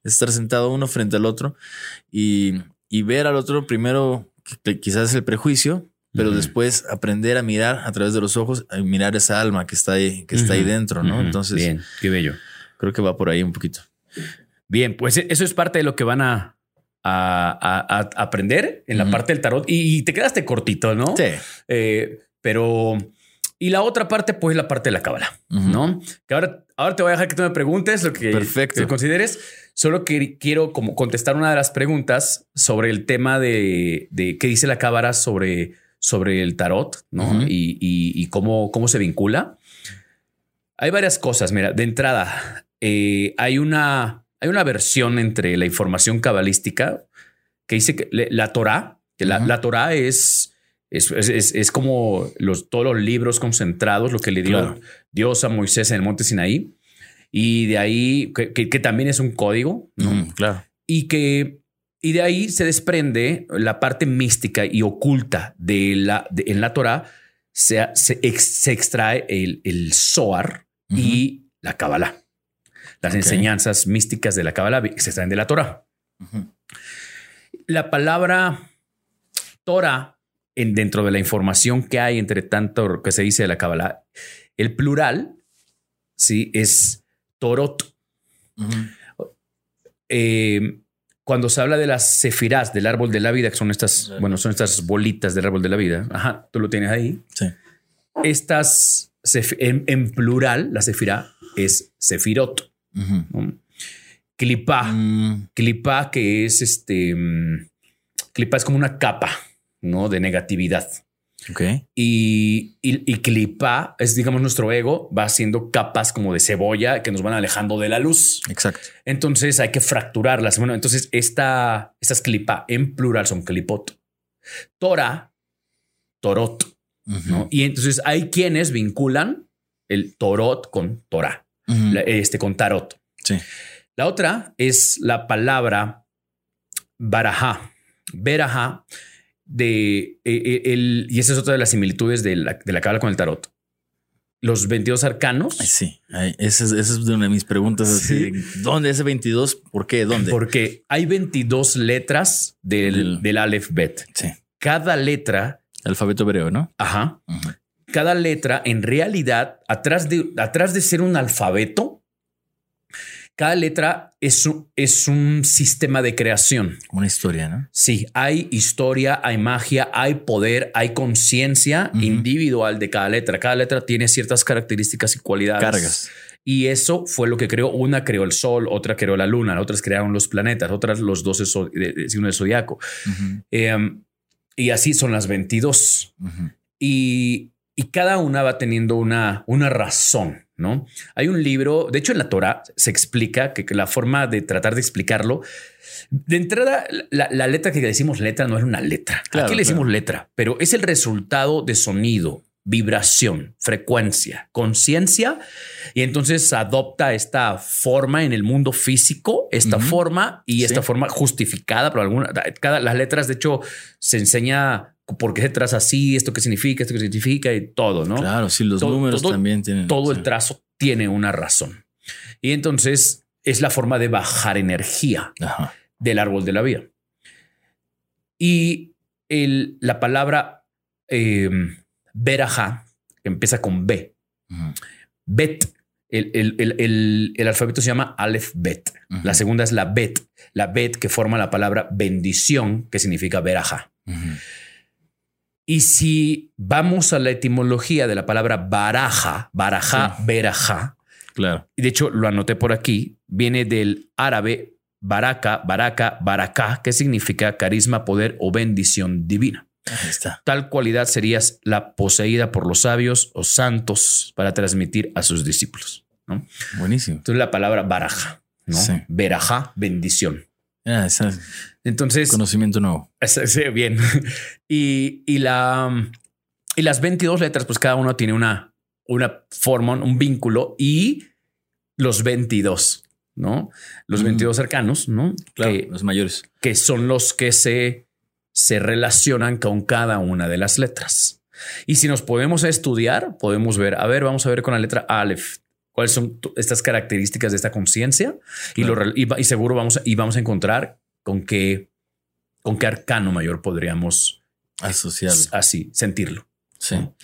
estar sentado uno frente al otro y, y ver al otro primero, que quizás el prejuicio, pero uh-huh. después aprender a mirar a través de los ojos, a mirar esa alma que está ahí, que uh-huh. está ahí dentro, ¿no? Uh-huh. Entonces, bien, qué bello. Creo que va por ahí un poquito. Bien, pues eso es parte de lo que van a, a, a, a aprender en uh-huh. la parte del tarot y, y te quedaste cortito, ¿no? Sí. Eh, pero y la otra parte, pues la parte de la cábala, uh-huh. ¿no? Que ahora, ahora te voy a dejar que tú me preguntes lo que, que consideres. Solo que quiero como contestar una de las preguntas sobre el tema de, de qué dice la cábala sobre, sobre el tarot, ¿no? Uh-huh. Y, y, y cómo, cómo se vincula. Hay varias cosas. Mira, de entrada, eh, hay una, hay una versión entre la información cabalística que dice que la Torá, que la, uh-huh. la Torá es, es, es, es como los, todos los libros concentrados, lo que le dio claro. Dios a Moisés en el monte Sinaí. Y de ahí, que, que, que también es un código, ¿no? Mm, claro. Y que y de ahí se desprende la parte mística y oculta de la de, en la Torá. Se, se, ex, se extrae el, el Zohar uh-huh. y la Kabbalah. Las okay. enseñanzas místicas de la Kabbalah se extraen de la Torá. Uh-huh. La palabra Torah, en, dentro de la información que hay entre tanto que se dice de la Kabbalah, el plural, sí, es Torot. Uh-huh. Eh, cuando se habla de las sefirás del árbol de la vida, que son estas, sí. bueno, son estas bolitas del árbol de la vida. Ajá, tú lo tienes ahí. Sí. Estas en, en plural, la sefirá es sefirot. Uh-huh. ¿no? Clipá, mm. clipá, que es este, clipá es como una capa, ¿no? De negatividad. Okay. Y, y, y clipá es, digamos, nuestro ego va haciendo capas como de cebolla que nos van alejando de la luz. Exacto. Entonces hay que fracturarlas. Bueno, entonces esta, estas clipá en plural son clipot. Torah, torot. Uh-huh. ¿no? Y entonces hay quienes vinculan el torot con Torah, uh-huh. la, este con tarot. Sí. La otra es la palabra barajá. Berajá. De eh, el, y esa es otra de las similitudes de la, de la cábala con el tarot. Los veintidós arcanos. Ay, sí, Ay, esa, es, esa es una de mis preguntas. ¿Sí? Así, ¿dónde ese veintidós? ¿Por qué? ¿Dónde? Porque hay veintidós letras del, el, del Aleph Bet. Sí. Cada letra. Alfabeto hebreo, ¿no? Ajá. Uh-huh. Cada letra, en realidad, atrás de, atrás de ser un alfabeto, cada letra es un, es un sistema de creación. Una historia, ¿no? Sí, hay historia, hay magia, hay poder, hay conciencia uh-huh. individual de cada letra. Cada letra tiene ciertas características y cualidades. Cargas. Y eso fue lo que creó. Una creó el sol, otra creó la luna, otras crearon los planetas, otras los doce signos del zodiaco. Uh-huh. Eh, y así son las veintidós. Uh-huh. Y, y cada una va teniendo una, una razón. ¿No? Hay un libro, de hecho en la Torá se explica que, que la forma de tratar de explicarlo, de entrada la, la letra que decimos letra no es una letra. Claro, aquí le decimos claro. letra, pero es el resultado de sonido, vibración, frecuencia, conciencia, y entonces adopta esta forma en el mundo físico, esta uh-huh. forma y sí. esta forma justificada por alguna. Cada las letras, de hecho, se enseña por qué se traza así, esto qué significa, esto qué significa y todo, ¿no? Claro, sí, los todo, números todo, también tienen. Todo sí. el trazo tiene una razón. Y entonces es la forma de bajar energía Ajá. del árbol de la vida. Y el, la palabra eh, berajá, que empieza con B, uh-huh. bet, el, el, el, el, el alfabeto se llama Aleph Bet. Uh-huh. La segunda es la Bet, la Bet que forma la palabra bendición, que significa berajá. Uh-huh. Y si vamos a la etimología de la palabra baraja, baraja, sí. berajá, claro. Y de hecho lo anoté por aquí, viene del árabe baraka, baraka, baraká, que significa carisma, poder o bendición divina. Ahí está. Tal cualidad sería la poseída por los sabios o santos para transmitir a sus discípulos, ¿no? Buenísimo. Entonces la palabra baraja, ¿no? Sí. Berajá, bendición. Ah, esa es entonces conocimiento nuevo. Sí, bien. Y, y la y las veintidós letras, pues cada uno tiene una, una forma, un vínculo y los veintidós, ¿no? Los mm. veintidós arcanos, ¿no? Claro, que, los mayores. Que son los que se, se relacionan con cada una de las letras. Y si nos podemos estudiar, podemos ver, a ver, vamos a ver con la letra Aleph. cuáles son estas características de esta conciencia claro. y, y, y seguro vamos a, y vamos a encontrar con qué, con qué arcano mayor podríamos asociarlo. Así, sentirlo. Sí. ¿No?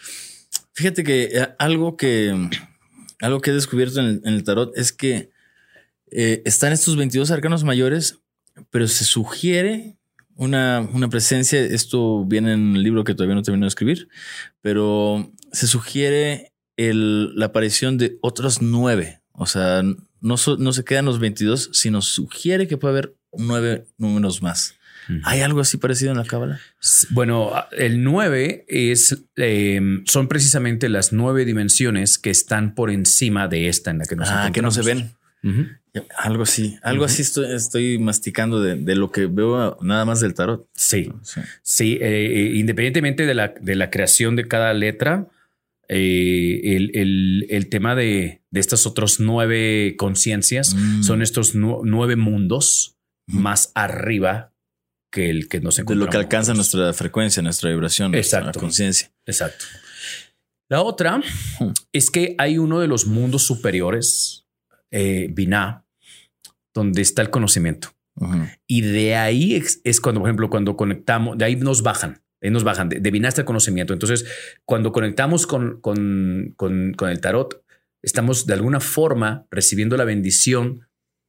Fíjate que algo que, algo que he descubierto en el, en el tarot es que eh, están estos veintidós arcanos mayores, pero se sugiere una, una presencia. Esto viene en el libro que todavía no termino de escribir, pero se sugiere el, la aparición de otros nueve. O sea, no, so, no se quedan los veintidós, sino sugiere que puede haber nueve números más. Uh-huh. ¿Hay algo así parecido en la cábala? Bueno, el nueve es, eh, son precisamente las nueve dimensiones que están por encima de esta en la que nos ah, encontramos. Que no se ven. Uh-huh. Algo así, algo uh-huh. así estoy, estoy masticando de, de lo que veo nada más del tarot. Sí, sí, sí eh, independientemente de la, de la creación de cada letra, eh, el, el, el tema de, de estas otras nueve conciencias mm. son estos nu- nueve mundos mm. más arriba que el que nos encontramos. De lo que alcanza nuestra frecuencia, nuestra vibración, exacto, nuestra conciencia. Exacto. La otra uh-huh. es que hay uno de los mundos superiores, eh, Binah, donde está el conocimiento. Uh-huh. Y de ahí es, es cuando, por ejemplo, cuando conectamos, de ahí nos bajan, ahí nos bajan, de, de Binah está el conocimiento. Entonces, cuando conectamos con, con, con, con el tarot, estamos de alguna forma recibiendo la bendición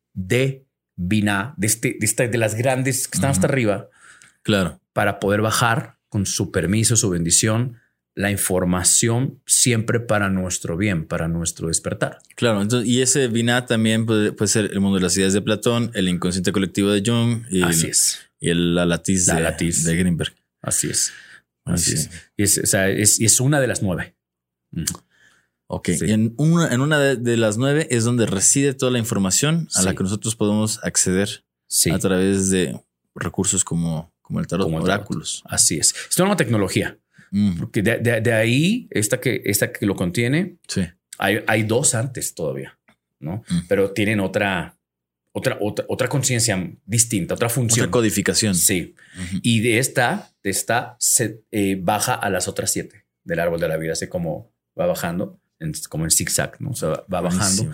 de Binah, de, este, de, esta, de las grandes que están uh-huh. hasta arriba. Claro. Para poder bajar con su permiso, su bendición, la información siempre para nuestro bien, para nuestro despertar. Claro. Entonces, y ese Binah también puede, puede ser el mundo de las ideas de Platón, el inconsciente colectivo de Jung y Así el, es. Y el la latiz, la de, latiz de Greenberg. Así es. Así, Así es. es. Y es, o sea, es, es una de las nueve. Uh-huh. Ok. Sí. Y en una, en una de, de las nueve es donde reside toda la información a sí. la que nosotros podemos acceder sí. a través de recursos como, como el tarot, como el oráculos. Tarot. Así es. Esto es una tecnología. Mm. Porque de, de, de ahí, esta que, esta que lo contiene, sí. hay, hay dos antes todavía, ¿no? Mm. Pero tienen otra, otra, otra, otra conciencia distinta, otra función. Otra codificación. Sí. Uh-huh. Y de esta, de esta se eh, baja a las otras siete del árbol de la vida, así como va bajando. En, como en zigzag, ¿no? O sea, va bajando,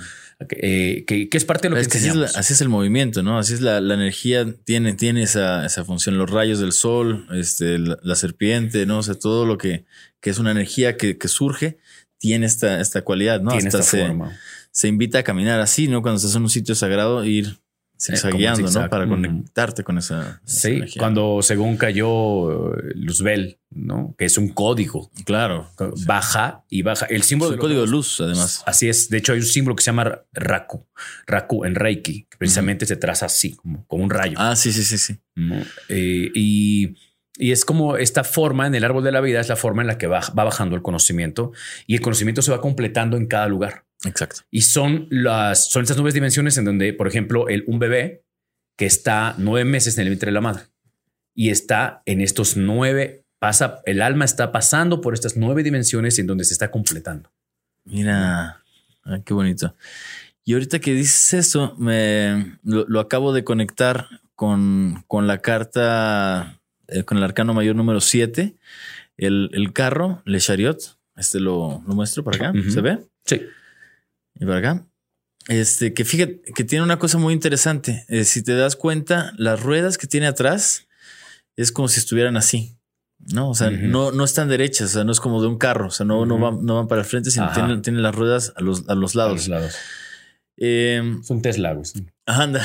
eh, que, que es parte de lo es que, que así es, la, así es el movimiento, ¿no? Así es la, la energía, tiene, tiene esa, esa función, los rayos del sol, este, la, la serpiente, ¿no? O sea, todo lo que, que es una energía que, que surge, tiene esta, esta cualidad, ¿no? Tiene Hasta esta se, forma. Se invita a caminar así, ¿no? Cuando estás en un sitio sagrado, ir zigzagueando, eh, ¿no? Para mm. conectarte con esa, esa sí, energía. Cuando según cayó Luzbel, ¿no? Que es un código. Claro. Baja y baja. El símbolo es un código de luz, además. Así es. De hecho, hay un símbolo que se llama Raku. Raku en Reiki, que precisamente uh-huh. se traza así, como, como un rayo. Ah, sí, sí, sí, sí. ¿No? Eh, y, y es como esta forma en el árbol de la vida, es la forma en la que va, va bajando el conocimiento y el conocimiento se va completando en cada lugar. Exacto. Y son las, son estas nueve dimensiones en donde, por ejemplo, el, un bebé que está nueve meses en el vientre de la madre y está en estos nueve, pasa, el alma está pasando por estas nueve dimensiones en donde se está completando. Mira, ay, qué bonito. Y ahorita que dices eso, me lo, lo acabo de conectar con, con la carta, eh, con el arcano mayor número siete, el, el carro, Le Chariot. Este lo, lo muestro para acá. Uh-huh. ¿Se ve? Sí. Y para acá. Este, que fíjate que tiene una cosa muy interesante. Eh, si te das cuenta, las ruedas que tiene atrás es como si estuvieran así, ¿no? O sea, uh-huh. no, no están derechas, o sea, no es como de un carro, o sea, no, uh-huh. no, van, no van para el frente, sino tienen, tienen las ruedas a los, a los lados. A los lados. Eh, es un Tesla, güey. Anda.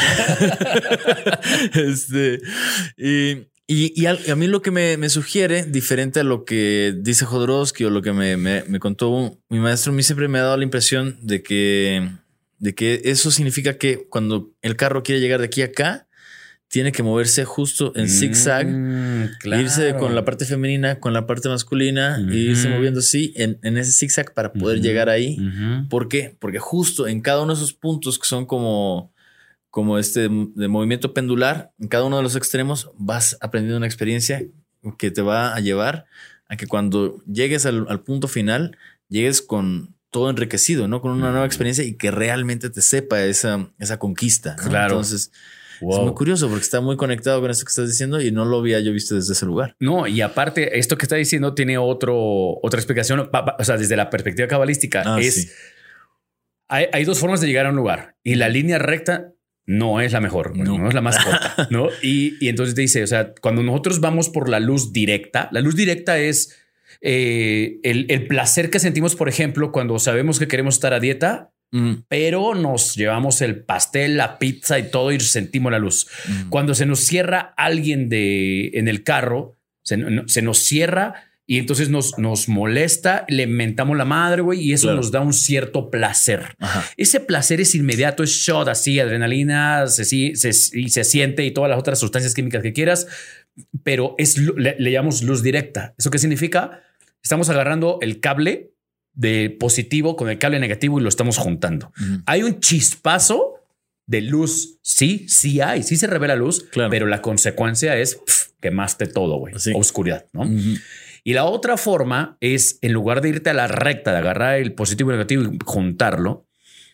este, y, y, y a, a mí lo que me, me sugiere, diferente a lo que dice Jodorowsky o lo que me, me, me contó mi maestro, a mí siempre me ha dado la impresión de que de que eso significa que cuando el carro quiere llegar de aquí a acá, tiene que moverse justo en zigzag, mm, claro. irse con la parte femenina, con la parte masculina, uh-huh. e irse moviendo así en, en ese zigzag para poder uh-huh. llegar ahí. Uh-huh. ¿Por qué? Porque justo en cada uno de esos puntos que son como, como este de movimiento pendular, en cada uno de los extremos vas aprendiendo una experiencia que te va a llevar a que cuando llegues al, al punto final, llegues con todo enriquecido, ¿no? Con una nueva experiencia y que realmente te sepa esa, esa conquista, ¿no? Claro. Entonces, wow. es muy curioso porque está muy conectado con esto que estás diciendo y no lo había yo visto desde ese lugar. No, y aparte, esto que está diciendo tiene otro, otra explicación, o sea, desde la perspectiva cabalística, ah, es sí. hay, hay dos formas de llegar a un lugar y la línea recta no es la mejor, no, no es la más corta, ¿no? Y, y entonces te dice, o sea, cuando nosotros vamos por la luz directa, la luz directa es eh, el, el placer que sentimos, por ejemplo, cuando sabemos que queremos estar a dieta, mm. pero nos llevamos el pastel, la pizza y todo y sentimos la luz. Mm. Cuando se nos cierra alguien de, en el carro, se, se nos cierra y entonces nos, nos molesta, le mentamos la madre, güey, y eso claro. nos da un cierto placer. Ajá. Ese placer es inmediato, es shot, así, adrenalina, se, se, y se siente y todas las otras sustancias químicas que quieras, pero es, le, le llamamos luz directa. ¿Eso qué significa? Estamos agarrando el cable de positivo con el cable negativo y lo estamos juntando. Uh-huh. Hay un chispazo de luz. Sí, sí hay, sí se revela luz, claro. pero la consecuencia es pff, quemaste todo, güey. Oscuridad, ¿no? Uh-huh. Y la otra forma es, en lugar de irte a la recta, de agarrar el positivo y el negativo y juntarlo,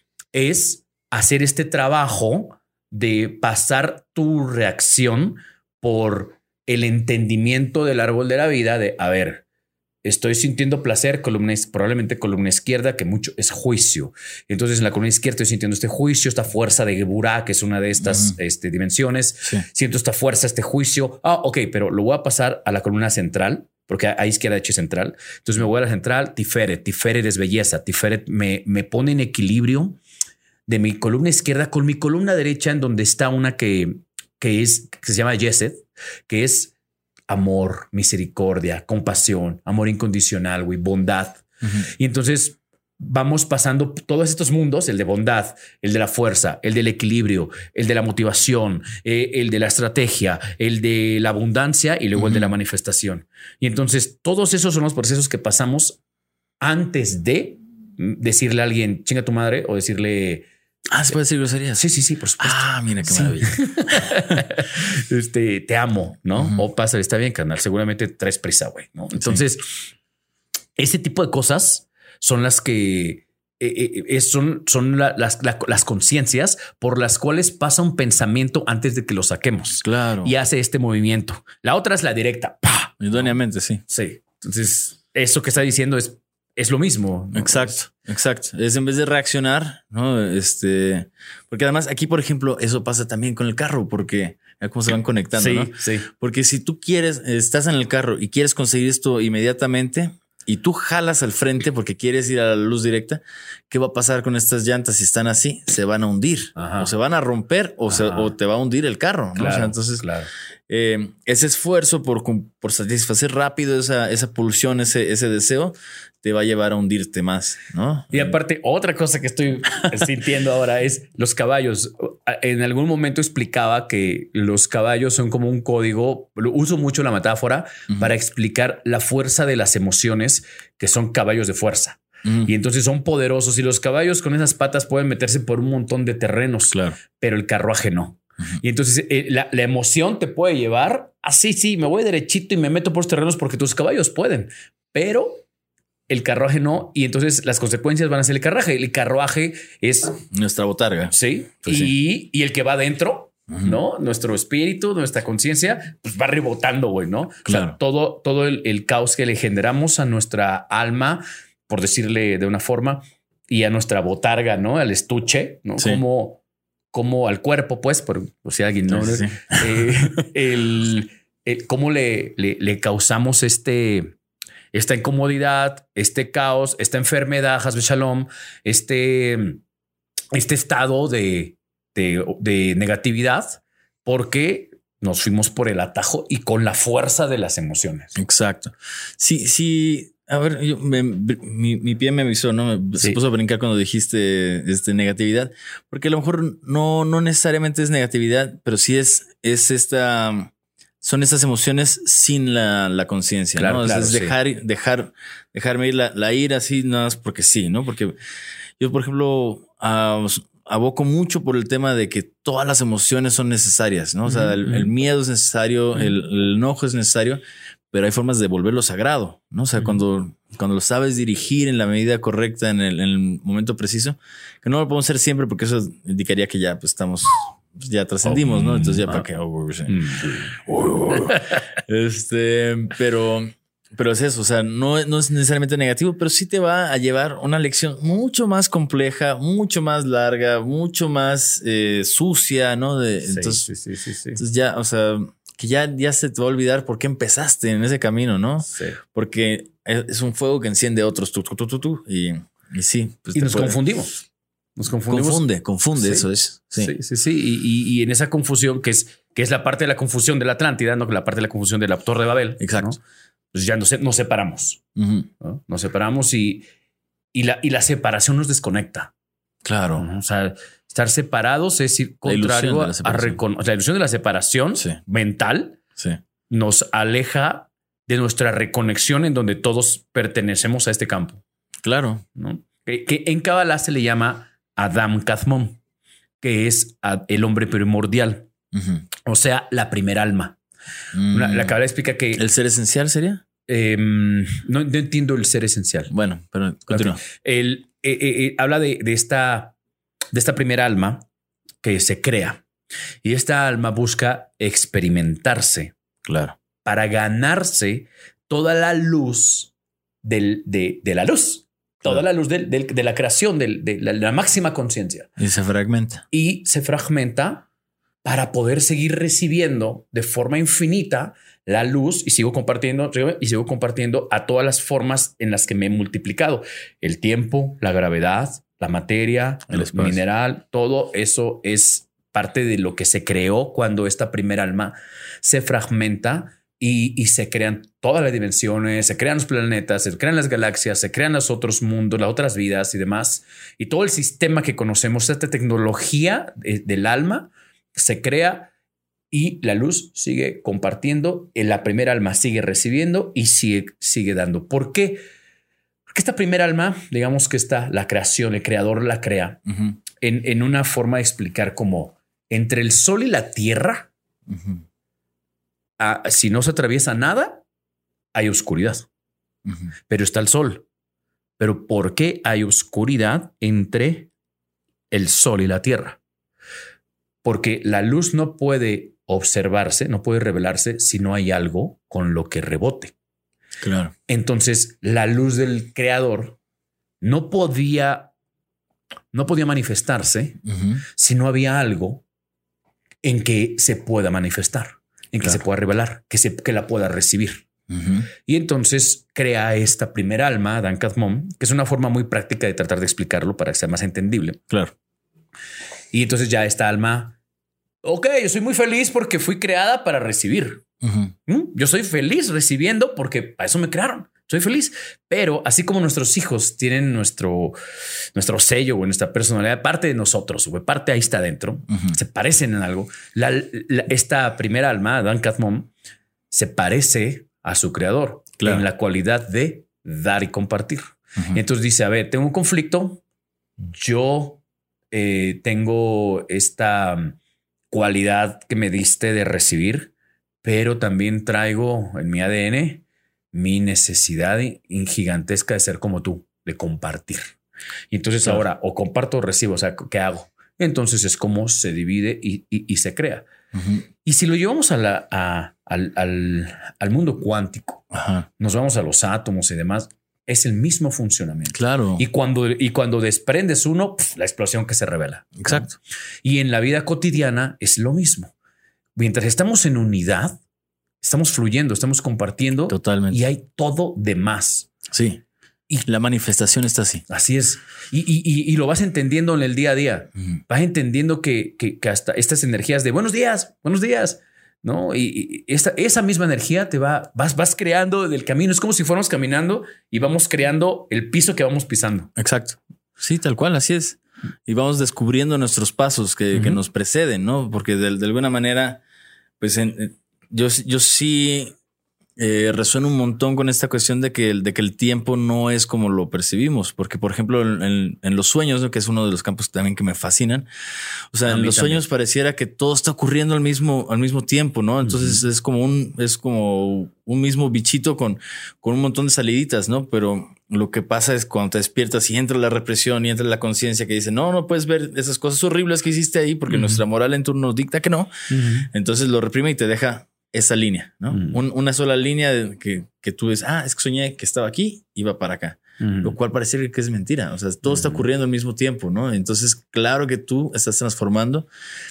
es hacer este trabajo de pasar tu reacción por el entendimiento del árbol de la vida de, a ver, estoy sintiendo placer, columna, probablemente columna izquierda, que mucho es juicio. Entonces en la columna izquierda estoy sintiendo este juicio, esta fuerza de Geburah, que es una de estas uh-huh. este, dimensiones. Sí. Siento esta fuerza, este juicio. Ah, ok, pero lo voy a pasar a la columna central, porque a izquierda derecha central. Entonces me voy a la central, Tiferet. Tiferet es belleza. Tiferet me, me pone en equilibrio de mi columna izquierda con mi columna derecha, en donde está una que, que, es, que se llama Yesed, que es amor, misericordia, compasión, amor incondicional, güey, bondad. Uh-huh. Y entonces vamos pasando todos estos mundos, el de bondad, el de la fuerza, el del equilibrio, el de la motivación, eh, el de la estrategia, el de la abundancia y luego uh-huh. el de la manifestación. Y entonces todos esos son los procesos que pasamos antes de decirle a alguien chinga tu madre o decirle... Ah, ¿se puede decir groserías? Sí, sí, sí, por supuesto. Ah, mira qué sí. maravilla. este, te amo, ¿no? Uh-huh. O pasa, está bien, carnal. Seguramente traes prisa, güey, ¿no? Entonces, sí. ese tipo de cosas son las que eh, eh, son, son la, las, la, las conciencias por las cuales pasa un pensamiento antes de que lo saquemos. Claro. Y hace este movimiento. La otra es la directa. ¡Pah! Idóneamente, sí. Sí. Entonces, eso que está diciendo es Es lo mismo, ¿no? Exacto, exacto. Es en vez de reaccionar, ¿no? Este, porque además aquí, por ejemplo, eso pasa también con el carro, porque cómo se van conectando, sí, ¿no? Sí. Porque si tú quieres, estás en el carro y quieres conseguir esto inmediatamente y tú jalas al frente porque quieres ir a la luz directa, ¿qué va a pasar con estas llantas si están así? Se van a hundir. Ajá. O se van a romper o, se, o te va a hundir el carro, ¿no? Claro, o sea, entonces, claro. eh, ese esfuerzo por, por satisfacer rápido esa, esa pulsión, ese, ese deseo, te va a llevar a hundirte más, ¿no? Y aparte, otra cosa que estoy sintiendo ahora es los caballos. En algún momento explicaba que los caballos son como un código. Uso mucho la metáfora uh-huh. para explicar la fuerza de las emociones, que son caballos de fuerza. Uh-huh. Y entonces son poderosos y los caballos con esas patas pueden meterse por un montón de terrenos, claro. pero el carruaje no. Uh-huh. Y entonces eh, la, la emoción te puede llevar así, sí, me voy derechito y me meto por los terrenos porque tus caballos pueden, pero el carruaje no. Y entonces las consecuencias van a ser el carruaje. El carruaje es nuestra botarga. Sí. Pues y, sí. y el que va adentro, uh-huh. no, nuestro espíritu, nuestra conciencia, pues va rebotando, güey, no? Claro. O sea, todo, todo el, el caos que le generamos a nuestra alma, por decirle de una forma, y a nuestra botarga, no, al estuche, no sí. como, como al cuerpo, pues, por, por si alguien no, sí, sí. Eh, el, el cómo le, le, le causamos este. Esta incomodidad, este caos, esta enfermedad, Hasbe Shalom, este, este estado de, de, de negatividad, porque nos fuimos por el atajo y con la fuerza de las emociones. Exacto. Sí, sí. A ver, yo, me, mi, mi pie me avisó, ¿no? Me sí. se puso a brincar cuando dijiste este, negatividad, porque a lo mejor no, no necesariamente es negatividad, pero sí es, es esta... Son esas emociones sin la, la conciencia, claro, ¿no? Claro, es dejar, sí. dejar, dejarme ir la, la ira así, nada más porque sí, ¿no? Porque yo, por ejemplo, uh, aboco mucho por el tema de que todas las emociones son necesarias, ¿no? O sea, el, el miedo es necesario, el, el enojo es necesario, pero hay formas de volverlo sagrado, ¿no? O sea, cuando, cuando lo sabes dirigir en la medida correcta, en el, en el momento preciso, que no lo podemos hacer siempre porque eso indicaría que ya pues, estamos... Pues ya trascendimos, oh, ¿no? Entonces ya ah, para qué. Oh, sí. mm. oh. Este, pero, Pero es eso, o sea, no, no es necesariamente negativo, pero sí te va a llevar una lección mucho más compleja, mucho más larga, mucho más eh, sucia, ¿no? De, Sí, entonces, sí, sí, sí, sí. entonces ya, o sea, que ya, ya se te va a olvidar por qué empezaste en ese camino, ¿no? Sí. Porque es, es un fuego que enciende a otros, tú, tú, tú, tú, tú, y, y sí. Pues Y te nos puede- confundimos. Nos confundimos. Confunde, confunde, Sí. eso es. Sí. Sí, sí, sí. Y, y- y en esa confusión, que es, que es la parte de la confusión de la Atlántida, no que la parte de la confusión de la Torre de Babel. Exacto. ¿no? Pues ya nos, se- nos separamos. Ujú. ¿no? Nos separamos y, y, la, y la separación nos desconecta. Claro. ¿no? O sea, estar separados es ir La ilusión contrario de a, la a separación. recono- o sea, la ilusión de la separación Sí. mental Sí. nos aleja de nuestra reconexión en donde todos pertenecemos a este campo. Claro. ¿no? Que, que en Kabbalah se le llama Adam Kadmon, que es a- el hombre primordial, Ujú. o sea, la primera alma. Mm. Una- la Kabbalah explica que ¿El ser esencial sería? eh, no, no entiendo el ser esencial. Bueno, pero continúa. El, eh, eh, eh, habla de, de esta, de esta primera alma que se crea y esta alma busca experimentarse Claro. para ganarse toda la luz del, de, de la luz, toda Claro. la luz del- del- de la creación, del- de la, la máxima conciencia. Y se fragmenta. Y se fragmenta para poder seguir recibiendo de forma infinita la luz y sigo compartiendo y sigo compartiendo a todas las formas en las que me he multiplicado. El tiempo, la gravedad, la materia, El el espacio. mineral, todo eso es parte de lo que se creó cuando esta primera alma se fragmenta y, y se crean todas las dimensiones, se crean los planetas, se crean las galaxias, se crean los otros mundos, las otras vidas y demás. Y todo el sistema que conocemos, esta tecnología de- del alma, se crea y la luz sigue compartiendo, eh, la primera alma sigue recibiendo y sigue, sigue dando. ¿Por qué? Porque esta primera alma, digamos que está la creación, el creador la crea Ujú. en, en una forma de explicar como entre el sol y la tierra, Ujú. ah, si no se atraviesa nada, hay oscuridad, Ujú. pero está el sol. Pero ¿por qué hay oscuridad entre el sol y la tierra? Porque la luz no puede observarse, no puede revelarse si no hay algo con lo que rebote. Claro. Entonces, la luz del creador no podía, no podía manifestarse Ujú. si no había algo en que se pueda manifestar, en que Claro. se pueda revelar, que, se, que la pueda recibir. Ujú. Y entonces crea esta primera alma, Dan Kadmon, que es una forma muy práctica de tratar de explicarlo para que sea más entendible. Claro. Y entonces ya esta alma, ok, yo soy muy feliz porque fui creada para recibir. Ujú. ¿Mm? Yo soy feliz recibiendo porque para eso me crearon. Soy feliz. Pero así como nuestros hijos tienen nuestro, nuestro sello o nuestra personalidad, parte de nosotros, o parte ahí está adentro, Ujú. se parecen en algo. La, la- esta primera alma, Dan Kadmon, se parece a su creador Claro. en la cualidad de dar y compartir. Ujú. Y entonces dice, a ver, tengo un conflicto. Yo eh, tengo esta mm, cualidad que me diste de recibir, pero también traigo en mi A D N mi necesidad in- gigantesca de ser como tú, de compartir. Y entonces Claro. ahora o comparto o recibo, o sea, ¿qué hago? Entonces es como se divide y, y- y se crea. Ujú. Y si lo llevamos a la, a- al, al- al mundo cuántico, Ajá. nos vamos a los átomos y demás, es el mismo funcionamiento. Claro. Y cuando, y cuando desprendes uno, pf, la explosión que se revela. Exacto. Y en la vida cotidiana es lo mismo. Mientras estamos en unidad, estamos fluyendo, estamos compartiendo Totalmente. y hay todo de más. Sí. Y la manifestación está así. Así es. Y, y- y- y lo vas entendiendo en el día a día. Ujú. Vas entendiendo que, que- que hasta estas energías de buenos días, buenos días, ¿no? Y, y esta, esa misma energía te va, vas, vas creando del camino. Es como si fuéramos caminando y vamos creando el piso que vamos pisando. Exacto. Sí, tal cual, así es. Y vamos descubriendo nuestros pasos que, Ujú. que nos preceden, ¿no? Porque de, de alguna manera, pues en- en- yo, yo sí eh, resueno un montón con esta cuestión de que, el- de que el tiempo no es como lo percibimos. Porque, por ejemplo, en, en- en los sueños, ¿no? Que es uno de los campos también que me fascinan. O sea, A en mí los también. sueños pareciera que todo está ocurriendo al mismo, al mismo tiempo, ¿no? Entonces es como un, es como un mismo bichito con, con un montón de saliditas, ¿no? Pero lo que pasa es cuando te despiertas y entra la represión y entra la conciencia que dice, no, no puedes ver esas cosas horribles que hiciste ahí porque Ujú. nuestra moral en turno dicta que no. Entonces lo reprime y te deja esa línea, ¿no? Mm. Un, una sola línea de que, que tú ves, ah, es que soñé que estaba aquí, iba para acá. Mm. Lo cual parece que es mentira. O sea, todo mm. está ocurriendo al mismo tiempo, ¿no? Entonces, claro que tú estás transformando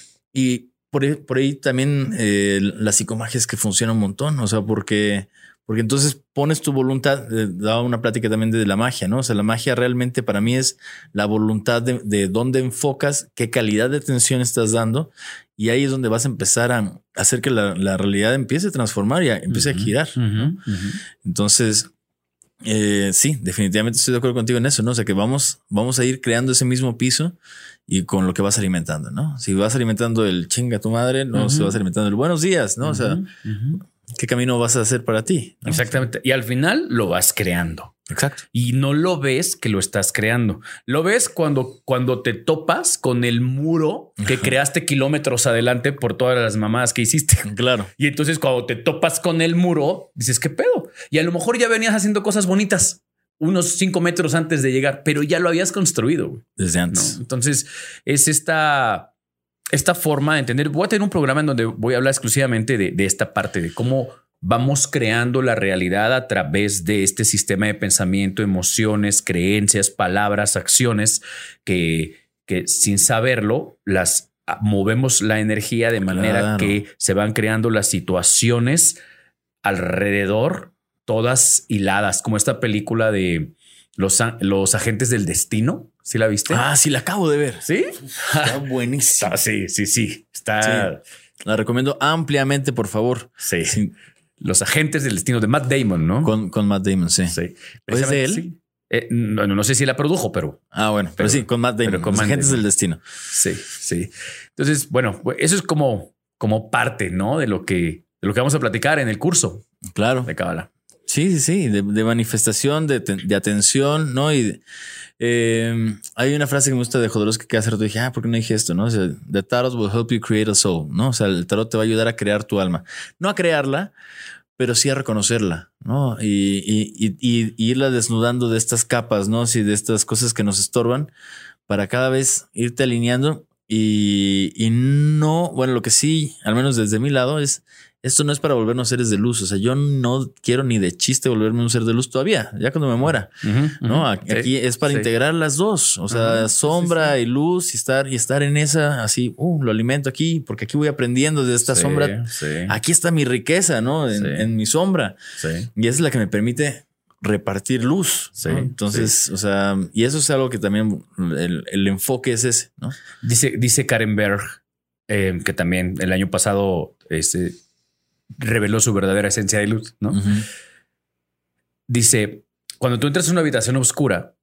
y por ahí, por ahí también eh, la psicomagia es que funciona un montón. O sea, porque, porque entonces pones tu voluntad. Eh, daba una plática también de la magia, ¿no? O sea, la magia realmente para mí es la voluntad de, de dónde enfocas, qué calidad de atención estás dando. Y ahí es donde vas a empezar a hacer que la, la realidad empiece a transformar y a, empiece uh-huh, a girar, uh-huh, ¿no? Uh-huh. Entonces, eh, sí, definitivamente estoy de acuerdo contigo en eso, ¿no? O sea, que vamos, vamos a ir creando ese mismo piso y con lo que vas alimentando, ¿no? Si vas alimentando el chinga tu madre, no, uh-huh. si vas alimentando el buenos días, ¿no? Uh-huh, o sea, uh-huh. ¿qué camino vas a hacer para ti? ¿No? Exactamente. Y al final lo vas creando. Exacto. Y no lo ves que lo estás creando. Lo ves cuando, cuando te topas con el muro que Ajá. creaste kilómetros adelante por todas las mamadas que hiciste. Claro. Y entonces cuando te topas con el muro, dices, ¿qué pedo? Y a lo mejor ya venías haciendo cosas bonitas unos cinco metros antes de llegar, pero ya lo habías construido. Güey. Desde antes. ¿No? Entonces es esta, esta forma de entender. Voy a tener un programa en donde voy a hablar exclusivamente de, de esta parte, de cómo vamos creando la realidad a través de este sistema de pensamiento, emociones, creencias, palabras, acciones que, que sin saberlo las movemos la energía de manera claro. que se van creando las situaciones alrededor, todas hiladas, como esta película de los, los agentes del destino. ¿Sí la viste? Ah, sí, la acabo de ver. ¿Sí? Está buenísima. Sí, sí, sí. Está. Sí. La recomiendo ampliamente, por favor. Sí. sí. Los agentes del destino de Matt Damon, ¿no? Con, con Matt Damon, sí. Sí. ¿Es de él? Sí. Eh, no, no sé si la produjo, pero... Ah, bueno. Pero, pero sí, con Matt Damon. Con los agentes Damon. Del destino. Sí, sí. Entonces, bueno, eso es como, como parte, ¿no? De lo que, de lo que vamos a platicar en el curso. Claro. De Kabbalah. Sí, sí, sí. De, de manifestación, de, de atención, ¿no? Y eh, hay una frase que me gusta de Jodorowsky que hace rato dije, ah, ¿por qué no dije esto? ¿No? O sea, the tarot will help you create a soul, ¿no? O sea, el tarot te va a ayudar a crear tu alma. No a crearla, pero sí a reconocerla, ¿no? Y, y, y, y irla desnudando de estas capas, ¿no? Sí, de estas cosas que nos estorban para cada vez irte alineando y, y no, bueno, lo que sí, al menos desde mi lado, es esto no es para volvernos seres de luz. O sea, yo no quiero ni de chiste volverme un ser de luz todavía, ya cuando me muera, uh-huh, ¿no? Uh-huh. Aquí sí, es para sí. integrar las dos, o sea, uh-huh, sombra sí, sí. y luz y estar, y estar en esa así, uh, lo alimento aquí porque aquí voy aprendiendo de esta sí, sombra. Sí. Aquí está mi riqueza, ¿no? En, sí. en mi sombra. Sí. Y esa es la que me permite repartir luz. Sí, ¿no? Entonces, sí. o sea, y eso es algo que también el, el enfoque es ese, ¿no? Dice, dice Karen Berg, eh, que también el año pasado, este, reveló su verdadera esencia de luz, ¿no? Uh-huh. Dice, cuando tú entras en una habitación oscura,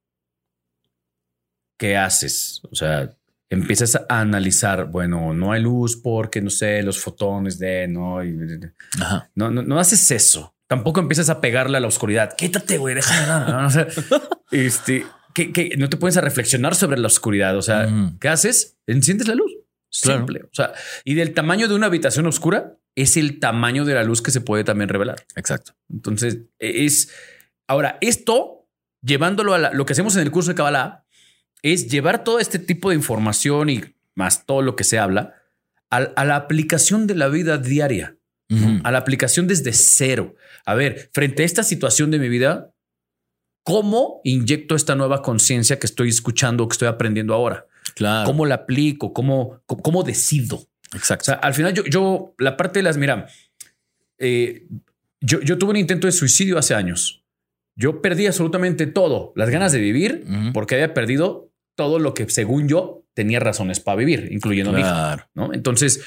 ¿qué haces? O sea, empiezas a analizar, bueno, no hay luz porque, no sé, los fotones de, no, y, Ajá. no, no, no haces eso. Tampoco empiezas a pegarle a la oscuridad. Quítate, güey, déjame nada. ¿no? O sea, este, que, que no te pones a reflexionar sobre la oscuridad. O sea, uh-huh. ¿qué haces? Enciendes la luz. Simple. Claro. O sea, y del tamaño de una habitación oscura es el tamaño de la luz que se puede también revelar. Exacto. Entonces es ahora esto llevándolo a la, lo que hacemos en el curso de Kabbalah es llevar todo este tipo de información y más todo lo que se habla a, a la aplicación de la vida diaria, uh-huh. ¿no? A la aplicación desde cero. A ver, frente a esta situación de mi vida, ¿cómo inyecto esta nueva conciencia que estoy escuchando, que estoy aprendiendo ahora? Claro. ¿Cómo la aplico? ¿Cómo, cómo, cómo decido? Exacto. O sea, al final yo, yo la parte de las, mira, eh, yo, yo tuve un intento de suicidio hace años. Yo perdí absolutamente todo, las ganas de vivir, uh-huh. porque había perdido todo lo que según yo tenía razones para vivir, incluyendo claro. a mi hija, ¿no? Entonces,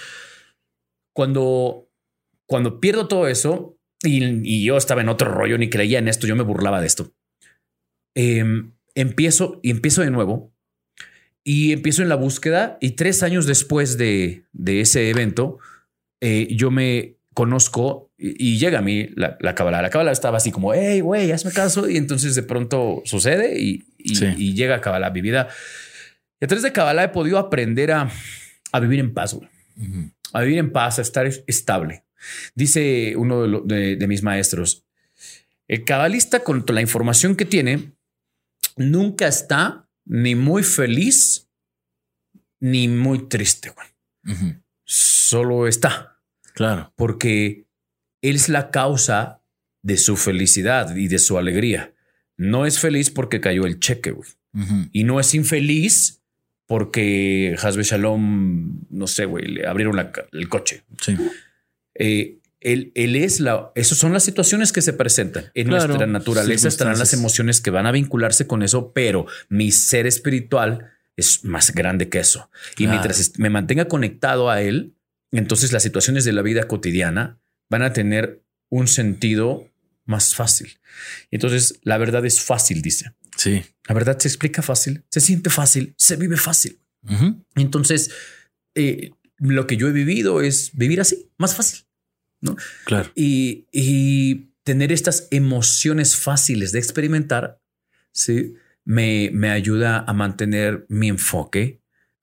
cuando, cuando pierdo todo eso y, y yo estaba en otro rollo, ni creía en esto, yo me burlaba de esto. Eh, empiezo y empiezo de nuevo. Y empiezo en la búsqueda y tres años después de, de ese evento, eh, yo me conozco y, y llega a mí la, la Kabbalah. La Kabbalah estaba así como, hey, güey, hazme caso. Y entonces de pronto sucede y, y, sí. y llega a Kabbalah, mi vida. Y a través de Kabbalah he podido aprender a, a vivir en paz, güey. Uh-huh. A vivir en paz, a estar estable. Dice uno de, lo, de, de mis maestros, el cabalista con la información que tiene nunca está ni muy feliz, ni muy triste, güey. Uh-huh. Solo está. Claro. Porque él es la causa de su felicidad y de su alegría. No es feliz porque cayó el cheque, güey. Uh-huh. Y no es infeliz porque Hasbe Shalom, no sé, güey, le abrieron la, el coche. Sí. Eh, él, él es la... Esas son las situaciones que se presentan. En claro, nuestra naturaleza estarán las emociones que van a vincularse con eso, pero mi ser espiritual es más grande que eso. Y claro. mientras me mantenga conectado a él, entonces las situaciones de la vida cotidiana van a tener un sentido más fácil. Entonces la verdad es fácil, dice. Sí. La verdad se explica fácil, se siente fácil, se vive fácil. Uh-huh. Entonces eh, lo que yo he vivido es vivir así, más fácil, ¿no? Claro. Y, y tener estas emociones fáciles de experimentar, sí, me, me ayuda a mantener mi enfoque,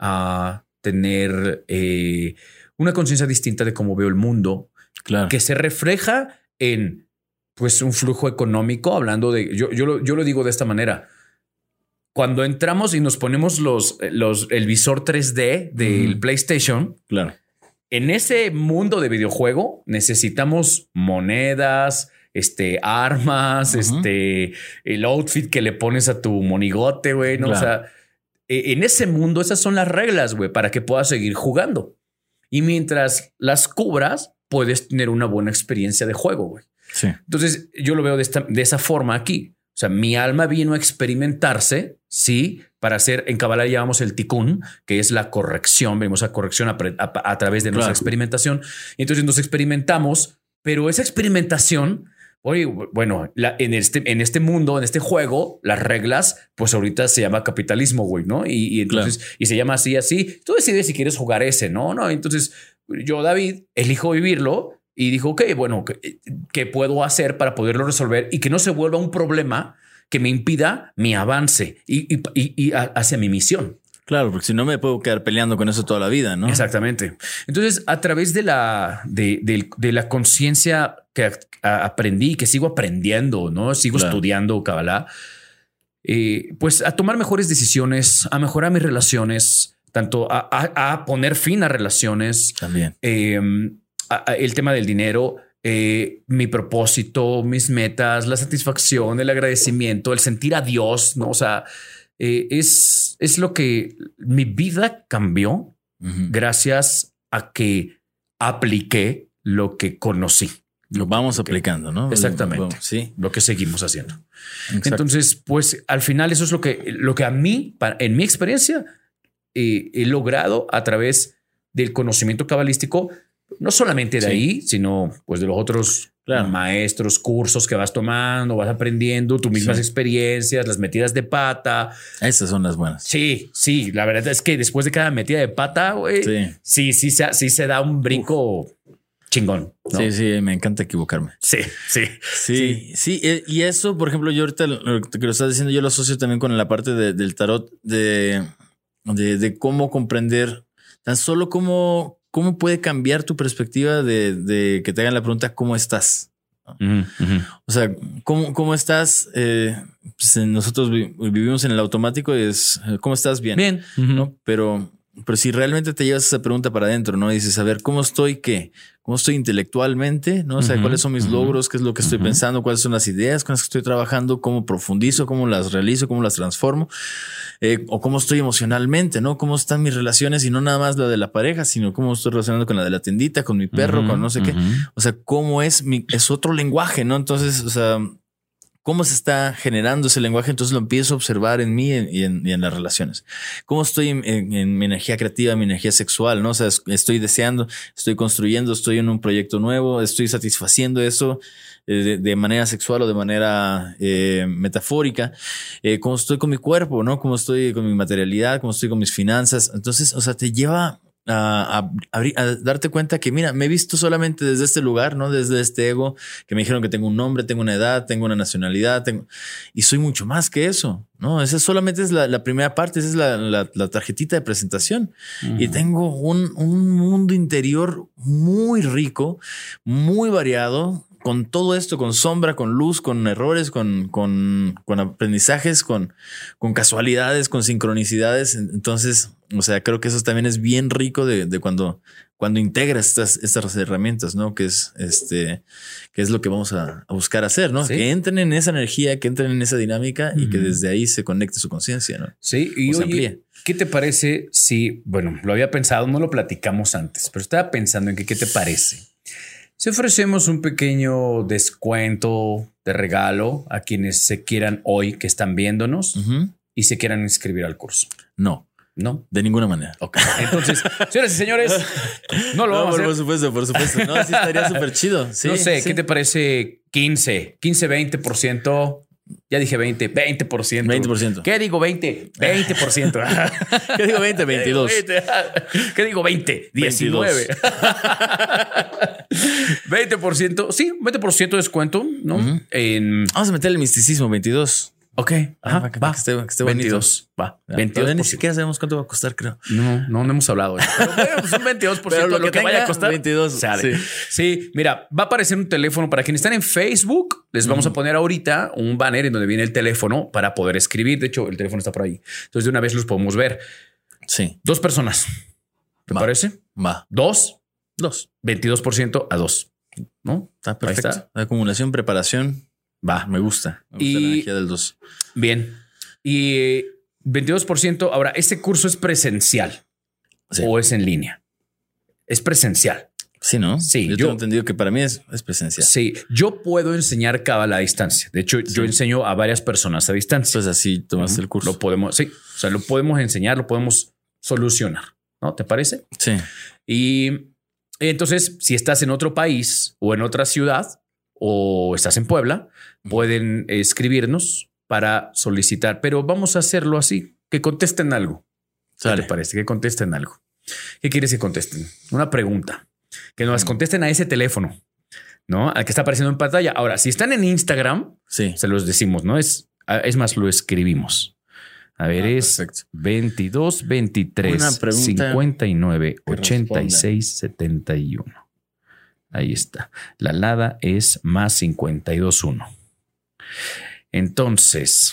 a tener eh, una conciencia distinta de cómo veo el mundo, claro. que se refleja en pues un flujo económico. Hablando de yo, yo, lo, yo lo digo de esta manera. Cuando entramos y nos ponemos los, los, el visor tres D del mm. PlayStation, claro. en ese mundo de videojuego necesitamos monedas, este, armas, uh-huh. este, el outfit que le pones a tu monigote, güey, ¿no? Claro. O sea, en ese mundo esas son las reglas, güey, para que puedas seguir jugando. Y mientras las cubras, puedes tener una buena experiencia de juego, güey. Sí. Entonces yo lo veo de, esta, de esa forma aquí. O sea, mi alma vino a experimentarse, sí, para hacer, en Kabbalah llamamos el tikkun, que es la corrección. Venimos a corrección a, a, a través de nuestra claro. experimentación. Y entonces nos experimentamos, pero esa experimentación, oye, bueno, la, en, este, en este mundo, en este juego, las reglas, pues ahorita se llama capitalismo, güey, ¿no? Y, y entonces, claro. y se llama así, así. Tú decides si quieres jugar ese, ¿no? No, entonces yo, David, elijo vivirlo. Y dijo, ok, bueno, ¿qué, ¿qué puedo hacer para poderlo resolver y que no se vuelva un problema que me impida mi avance y, y, y, y hacia mi misión? Claro, porque si no me puedo quedar peleando con eso toda la vida, ¿no? Exactamente. Entonces, a través de la, de, de, de la conciencia que a, a, aprendí, que sigo aprendiendo, ¿no? Sigo claro. estudiando Kabbalah, eh, pues a tomar mejores decisiones, a mejorar mis relaciones, tanto a, a, a poner fin a relaciones. También. Eh, el tema del dinero, eh, mi propósito, mis metas, la satisfacción, el agradecimiento, el sentir a Dios, ¿no? O sea, eh, es, es lo que mi vida cambió uh-huh. gracias a que apliqué lo que conocí. Lo vamos que, aplicando, ¿no? Exactamente. Bueno, sí. Lo que seguimos haciendo. Exacto. Entonces, pues al final eso es lo que, lo que a mí, para, en mi experiencia, eh, he logrado a través del conocimiento cabalístico. No solamente de sí. ahí, sino pues de los otros claro. maestros, cursos que vas tomando, vas aprendiendo, tus mismas sí. experiencias, las metidas de pata. Esas son las buenas. Sí, sí. La verdad es que después de cada metida de pata, güey, sí. sí, sí, sí, sí se da un brinco Uf. chingón, ¿no? Sí, sí, me encanta equivocarme. Sí, sí. Sí, sí. sí. Y eso, por ejemplo, yo ahorita lo que lo estás diciendo, yo lo asocio también con la parte de, del tarot, de, de, de cómo comprender tan solo cómo... ¿Cómo puede cambiar tu perspectiva de, de que te hagan la pregunta ¿cómo estás? Uh-huh, uh-huh. O sea, ¿cómo, cómo estás? Eh, pues nosotros vi- vivimos en el automático y es ¿cómo estás? Bien. Bien. Uh-huh. ¿No? Pero, pero si realmente te llevas esa pregunta para adentro, ¿no? Y dices, a ver, ¿cómo estoy qué? ¿Cómo estoy intelectualmente? ¿No? O sea, uh-huh, ¿cuáles son mis uh-huh. logros? ¿Qué es lo que estoy uh-huh. pensando? ¿Cuáles son las ideas con las que estoy trabajando? ¿Cómo profundizo? ¿Cómo las realizo? ¿Cómo las transformo? Eh, o cómo estoy emocionalmente, ¿no? Cómo están mis relaciones y no nada más la de la pareja, sino cómo estoy relacionando con la de la tiendita, con mi perro, uh-huh, con no sé uh-huh. qué. O sea, cómo es mi, es otro lenguaje, ¿no? Entonces, o sea, cómo se está generando ese lenguaje. Entonces lo empiezo a observar en mí y en, y en las relaciones. Cómo estoy en, en, en mi energía creativa, mi energía sexual, ¿no? O sea, estoy deseando, estoy construyendo, estoy en un proyecto nuevo, estoy satisfaciendo eso. De, de manera sexual o de manera eh, metafórica, eh, cómo estoy con mi cuerpo, ¿no? Cómo estoy con mi materialidad, cómo estoy con mis finanzas. Entonces, o sea, te lleva a, a, a, a darte cuenta que, mira, me he visto solamente desde este lugar, ¿no? Desde este ego, que me dijeron que tengo un nombre, tengo una edad, tengo una nacionalidad, tengo, y soy mucho más que eso, ¿no? Esa solamente es la, la primera parte, esa es la, la, la tarjetita de presentación. Uh-huh. Y tengo un, un mundo interior muy rico, muy variado, con todo esto, con sombra, con luz, con errores, con, con, con aprendizajes, con, con casualidades, con sincronicidades. Entonces, O sea, creo que eso también es bien rico de, de cuando, cuando integras estas, estas herramientas, ¿no? Que es este, que es lo que vamos a, a buscar hacer, ¿no? ¿Sí? Que entren en esa energía, que entren en esa dinámica uh-huh. y que desde ahí se conecte su conciencia, ¿no? Sí, y o oye, ¿qué te parece si, bueno, lo había pensado, no lo platicamos antes, pero estaba pensando en que, ¿qué te parece? Si ofrecemos un pequeño descuento de regalo a quienes se quieran hoy, que están viéndonos uh-huh. y se quieran inscribir al curso. No. No, de ninguna manera. Ok. Entonces, señoras y señores, no lo no, vamos a hacer. Por supuesto, por supuesto. No, sí estaría súper chido. Sí, no sé, sí. ¿qué te parece? quince, quince, veinte por ciento. Ya dije veinte, veinte por ciento. veinte por ciento. ¿Qué digo veinte? veinte por ciento. ¿Qué digo veinte? veintidós. ¿Qué digo veinte? diecinueve. veinte por ciento. Sí, veinte por ciento de descuento, ¿no? Uh-huh. En... Vamos a meter el misticismo, veintidós. Ok, ajá, ah, que, va. Que esté, que esté veintidós, va. veintidós. Ni siquiera sabemos cuánto va a costar, creo. No, no, no hemos hablado. Pero bueno, pues un veintidós por ciento Pero lo, lo que, que vaya a costar. veintidós. Sí. sí, mira, va a aparecer un teléfono para quienes están en Facebook. Les vamos uh-huh. a poner ahorita un banner en donde viene el teléfono para poder escribir. De hecho, el teléfono está por ahí. Entonces, de una vez los podemos ver. Sí. Dos personas. ¿Te va. parece? Va. Dos. Dos. veintidós por ciento a dos. ¿No? Está perfecto. Está. Acumulación, preparación. Va, me gusta. Me gusta y... la energía del dos. Bien. Y veintidós por ciento. Ahora, ¿este curso es presencial sí. o es en línea? Es presencial. Sí, ¿no? Sí. Yo, yo tengo entendido que para mí es, es presencial. Sí. Yo puedo enseñar Cábala a distancia. De hecho, sí. yo enseño a varias personas a distancia. Pues así tomas uh-huh. el curso. Lo podemos, sí. O sea, lo podemos enseñar, lo podemos solucionar. ¿No? ¿Te parece? Sí. Y entonces, si estás en otro país o en otra ciudad o estás en Puebla, pueden escribirnos para solicitar, pero vamos a hacerlo así, que contesten algo. ¿Qué te parece? Que contesten algo. ¿Qué quieres que contesten? Una pregunta. Que nos contesten a ese teléfono, ¿no? Al que está apareciendo en pantalla. Ahora, si están en Instagram, sí. se los decimos, ¿no? Es, es más, lo escribimos. A ver, ah, es perfecto. veintidós, veintitrés, cincuenta y nueve, ochenta y seis, setenta y uno. Ahí está. La alada es más cincuenta y dos, uno. Entonces,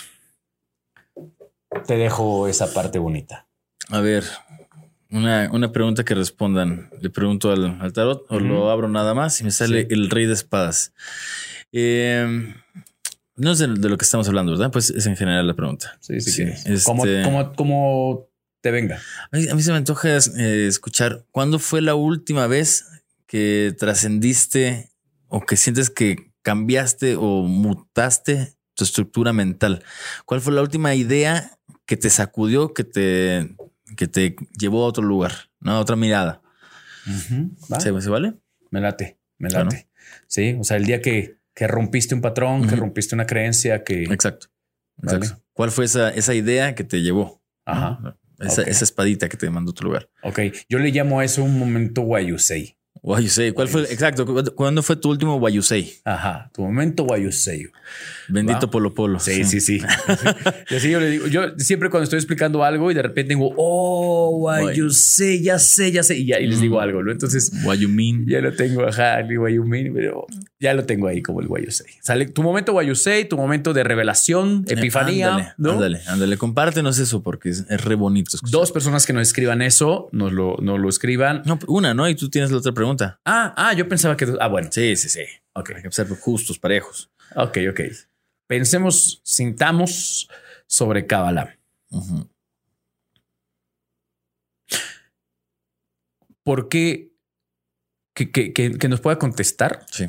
te dejo esa parte bonita. A ver, una, una pregunta que respondan. Le pregunto al, al tarot o uh-huh. lo abro nada más y me sale sí. el rey de espadas. Eh, no es de, de lo que estamos hablando, ¿verdad? Pues es en general la pregunta. Sí, sí. sí. Este, ¿Cómo, cómo, ¿Cómo te venga? A mí, a mí se me antoja eh, escuchar ¿cuándo fue la última vez que trascendiste o que sientes que cambiaste o mutaste tu estructura mental? ¿Cuál fue la última idea que te sacudió, que te, que te llevó a otro lugar, ¿no? A otra mirada? Uh-huh. ¿Va? ¿Se, ¿Se vale? Me late, me late. Bueno. Sí, o sea, el día que, que rompiste un patrón, uh-huh. que rompiste una creencia que... Exacto. Exacto. Vale. ¿Cuál fue esa, esa idea que te llevó? Ajá. ¿No? Esa, okay. esa espadita que te mandó a otro lugar. Ok. Yo le llamo a eso un momento guayusei. Guayusei. ¿Cuál fue? Exacto. ¿Cuándo fue tu último guayusei? Ajá. Tu momento guayusei. Bendito wow. Polo Polo. Sí, sí, sí. sí. Y así yo le digo, yo siempre cuando estoy explicando algo y de repente digo, oh, guayusei, ya sé, ya sé. Y ya y les digo algo, ¿no? Entonces, guayumín. Ya lo tengo, ajá, el guayumín, pero ya lo tengo ahí como el guayusei. Sale tu momento guayusei, tu momento de revelación, epifanía. Ándale, ¿no? ándale, ándale. Compártenos eso porque es, es re bonito escuchar. Dos personas que nos escriban eso, nos lo, nos lo escriban. No, una, ¿no? Y tú tienes la otra pregunta. Ah, ah, yo pensaba que... Ah, bueno. Sí, sí, sí. Ok. Hay que ser justos, parejos. Ok, ok. Pensemos, sintamos sobre Cábala. Uh-huh. ¿Por qué? Que, que, que, que nos pueda contestar. Sí.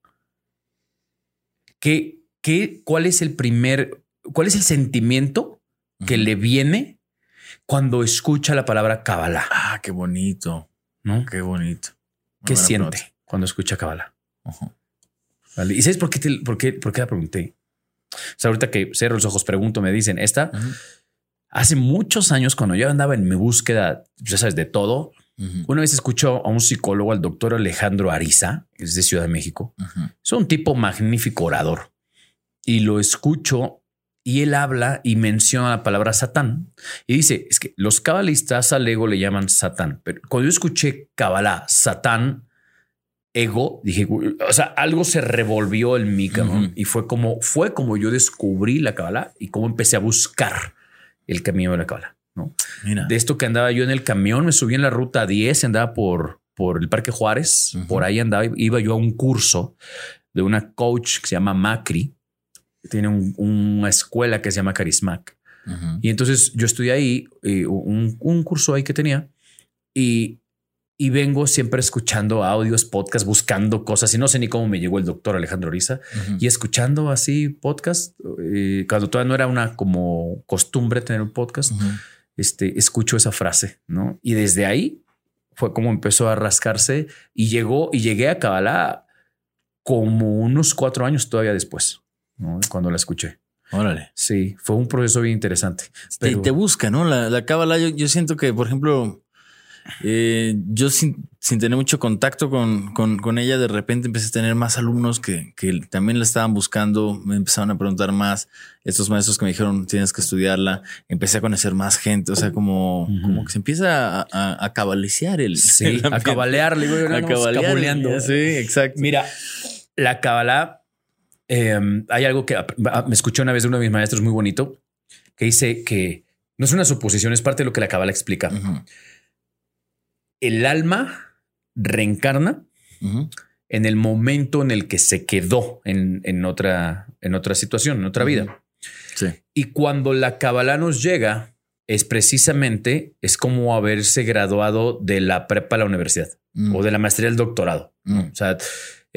¿Qué, qué, ¿Cuál es el primer... ¿Cuál es el sentimiento uh-huh. que le viene cuando escucha la palabra Cábala? Ah, qué bonito. ¿No? Qué bonito. Muy ¿Qué siente pregunta. Cuando escucha Cábala? Uh-huh. Vale. ¿Y sabes por qué, te, por, qué, por qué la pregunté? O sea, ahorita que cierro los ojos, pregunto, me dicen, esta, uh-huh. hace muchos años cuando yo andaba en mi búsqueda, ya sabes, de todo, uh-huh. una vez escucho a un psicólogo, al doctor Alejandro Ariza, que es de Ciudad de México. Uh-huh. Es un tipo magnífico orador. Y lo escucho y él habla y menciona la palabra Satán. Y dice, es que los cabalistas al ego le llaman Satán. Pero cuando yo escuché Cábala, Satán, ego, dije, o sea, algo se revolvió en mí, cabrón. Uh-huh. Y fue como, fue como yo descubrí la Cábala y cómo empecé a buscar el camino de la Cábala. ¿no? Mira. De esto que andaba yo en el camión, me subí en la ruta diez, andaba por, por el Parque Juárez, uh-huh. por ahí andaba, iba yo a un curso de una coach que se llama Macri, que tiene un, una escuela que se llama Carismac. Uh-huh. Y entonces yo estoy ahí, eh, un, un curso ahí que tenía, y, y vengo siempre escuchando audios, podcasts, buscando cosas, y no sé ni cómo me llegó el doctor Alejandro Ariza, uh-huh. y escuchando así podcast, eh, cuando todavía no era una como costumbre tener un podcast, uh-huh. este, escucho esa frase, ¿no? Y desde ahí fue como empezó a rascarse y llegó y llegué a Kabbalah como unos cuatro años todavía después, ¿no? Cuando la escuché. Órale. Sí, fue un proceso bien interesante. Pero... Te, te busca, ¿no? La, la Kabbalah, yo, yo siento que, por ejemplo, eh, yo sin, sin tener mucho contacto con, con, con ella, de repente empecé a tener más alumnos que, que también la estaban buscando. Me empezaron a preguntar más. Estos maestros que me dijeron, tienes que estudiarla. Empecé a conocer más gente. O sea, como, uh-huh. como que se empieza a, a, a cabalear el... Sí, el a cabalear. Le digo yo, no, a cabalear. Cabuleando. Sí, exacto. Mira, la Kabbalah, eh, hay algo que me escuché una vez de uno de mis maestros muy bonito, que dice que no es una suposición, es parte de lo que la Kabbalah explica. Uh-huh. El alma reencarna uh-huh. en el momento en el que se quedó en, en, otra, en otra situación, en otra uh-huh. vida. Sí. Y cuando la Kabbalah nos llega, es precisamente, es como haberse graduado de la prepa a la universidad uh-huh. o de la maestría al doctorado. Uh-huh. O sea,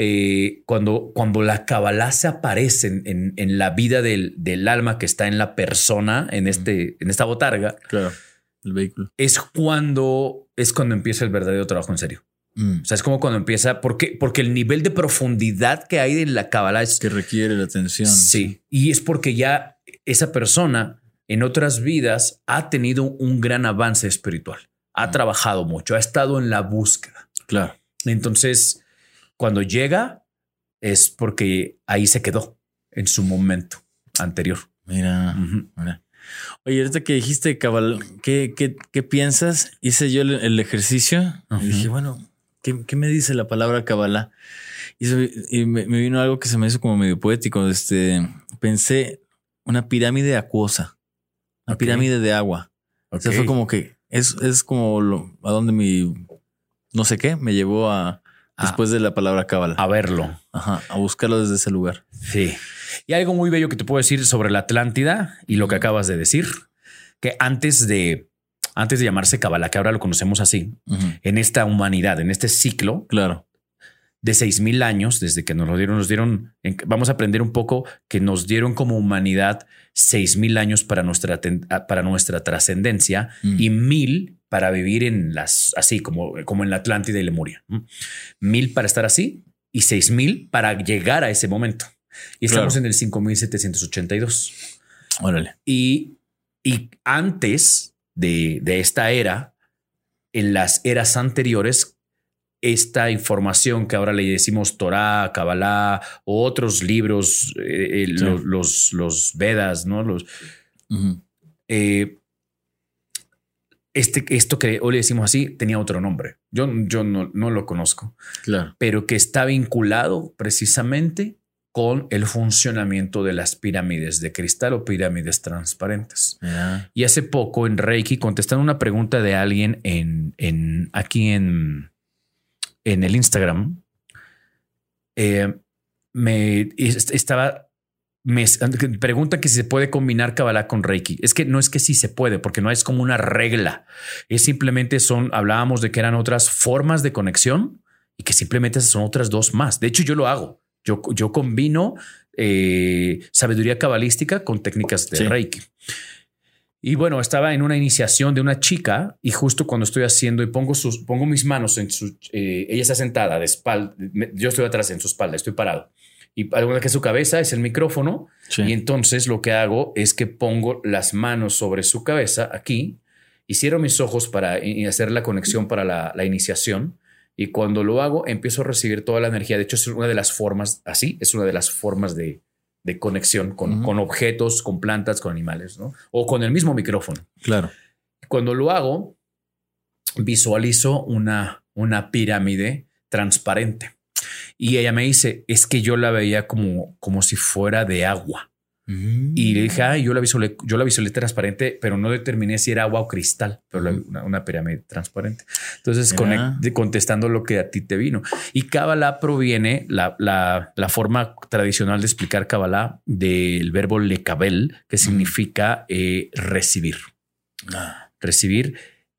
eh, cuando, cuando la Kabbalah se aparece en, en, en la vida del, del alma que está en la persona, en, este, uh-huh. en esta botarga, claro. El vehículo. Es cuando, es cuando empieza el verdadero trabajo en serio. Mm. O sea, es como cuando empieza, porque, porque el nivel de profundidad que hay en la Kabbalah es que requiere la atención. Sí. Y es porque ya esa persona en otras vidas ha tenido un gran avance espiritual, ha mm. trabajado mucho, ha estado en la búsqueda. Claro. Entonces, cuando llega es porque ahí se quedó en su momento anterior. Mira, uh-huh. mira. Oye, ahorita que dijiste Kabbalah, ¿qué, qué, qué piensas? Hice yo el, el ejercicio uh-huh. y dije, bueno, ¿qué, ¿qué me dice la palabra Kabbalah? Y, se, y me, me vino algo que se me hizo como medio poético. Este, pensé una pirámide acuosa, una okay. pirámide de agua. Okay. O sea, fue como que es, es como lo, a donde mi no sé qué me llevó a después ah, de la palabra Kabbalah. A verlo. Ajá, a buscarlo desde ese lugar. Sí. Y algo muy bello que te puedo decir sobre la Atlántida y lo que acabas de decir, que antes de, antes de llamarse Kabbalah, que ahora lo conocemos así, uh-huh. en esta humanidad, en este ciclo claro. de seis mil años, desde que nos lo dieron, nos dieron, vamos a aprender un poco que nos dieron como humanidad seis mil años para nuestra, para nuestra trascendencia uh-huh. y mil para vivir en las, así como, como en la Atlántida y Lemuria. Mil para estar así y seis mil para llegar a ese momento. Y estamos claro. en el cinco mil setecientos ochenta y dos. Órale. Y, y antes de, de esta era, en las eras anteriores, esta información que ahora le decimos Torah, Kabbalah o otros libros, eh, sí. los, los, los Vedas, ¿no? Los, uh-huh. eh, este, esto que hoy le decimos así tenía otro nombre. Yo, yo no, no lo conozco, claro. pero que está vinculado precisamente con el funcionamiento de las pirámides de cristal o pirámides transparentes. Yeah. Y hace poco en Reiki, contestando una pregunta de alguien en, en aquí en, en el Instagram, eh, me estaba, me pregunta que si se puede combinar Kabbalah con Reiki. Es que no es que sí se puede, porque no es como una regla. Es simplemente son, hablábamos de que eran otras formas de conexión y que simplemente son otras dos más. De hecho, yo lo hago. Yo, yo combino eh, sabiduría cabalística con técnicas de sí. Reiki. Y bueno, estaba en una iniciación de una chica y justo cuando estoy haciendo y pongo, sus, pongo mis manos en su... Eh, ella está sentada de espalda. Yo estoy atrás en su espalda, estoy parado. Y alguna que su cabeza es el micrófono. Sí. Y entonces lo que hago es que pongo las manos sobre su cabeza aquí y cierro mis ojos para hacer la conexión para la, la iniciación. Y cuando lo hago, empiezo a recibir toda la energía. De hecho, es una de las formas, así, es una de las formas de, de conexión con, uh-huh. con objetos, con plantas, con animales, ¿no? O con el mismo micrófono. Claro. Cuando lo hago, visualizo una, una pirámide transparente. Y ella me dice, es que yo la veía como, como si fuera de agua. Mm. Y le dije, ah, yo la visualicé, yo la visualicé transparente, pero no determiné si era agua o cristal, pero mm. una, una pirámide transparente. Entonces, conect, contestando lo que a ti te vino. Y Kabbalah proviene, la, la, la forma tradicional de explicar Kabbalah del verbo lekabel, que mm. significa eh, recibir. Ah. Recibir.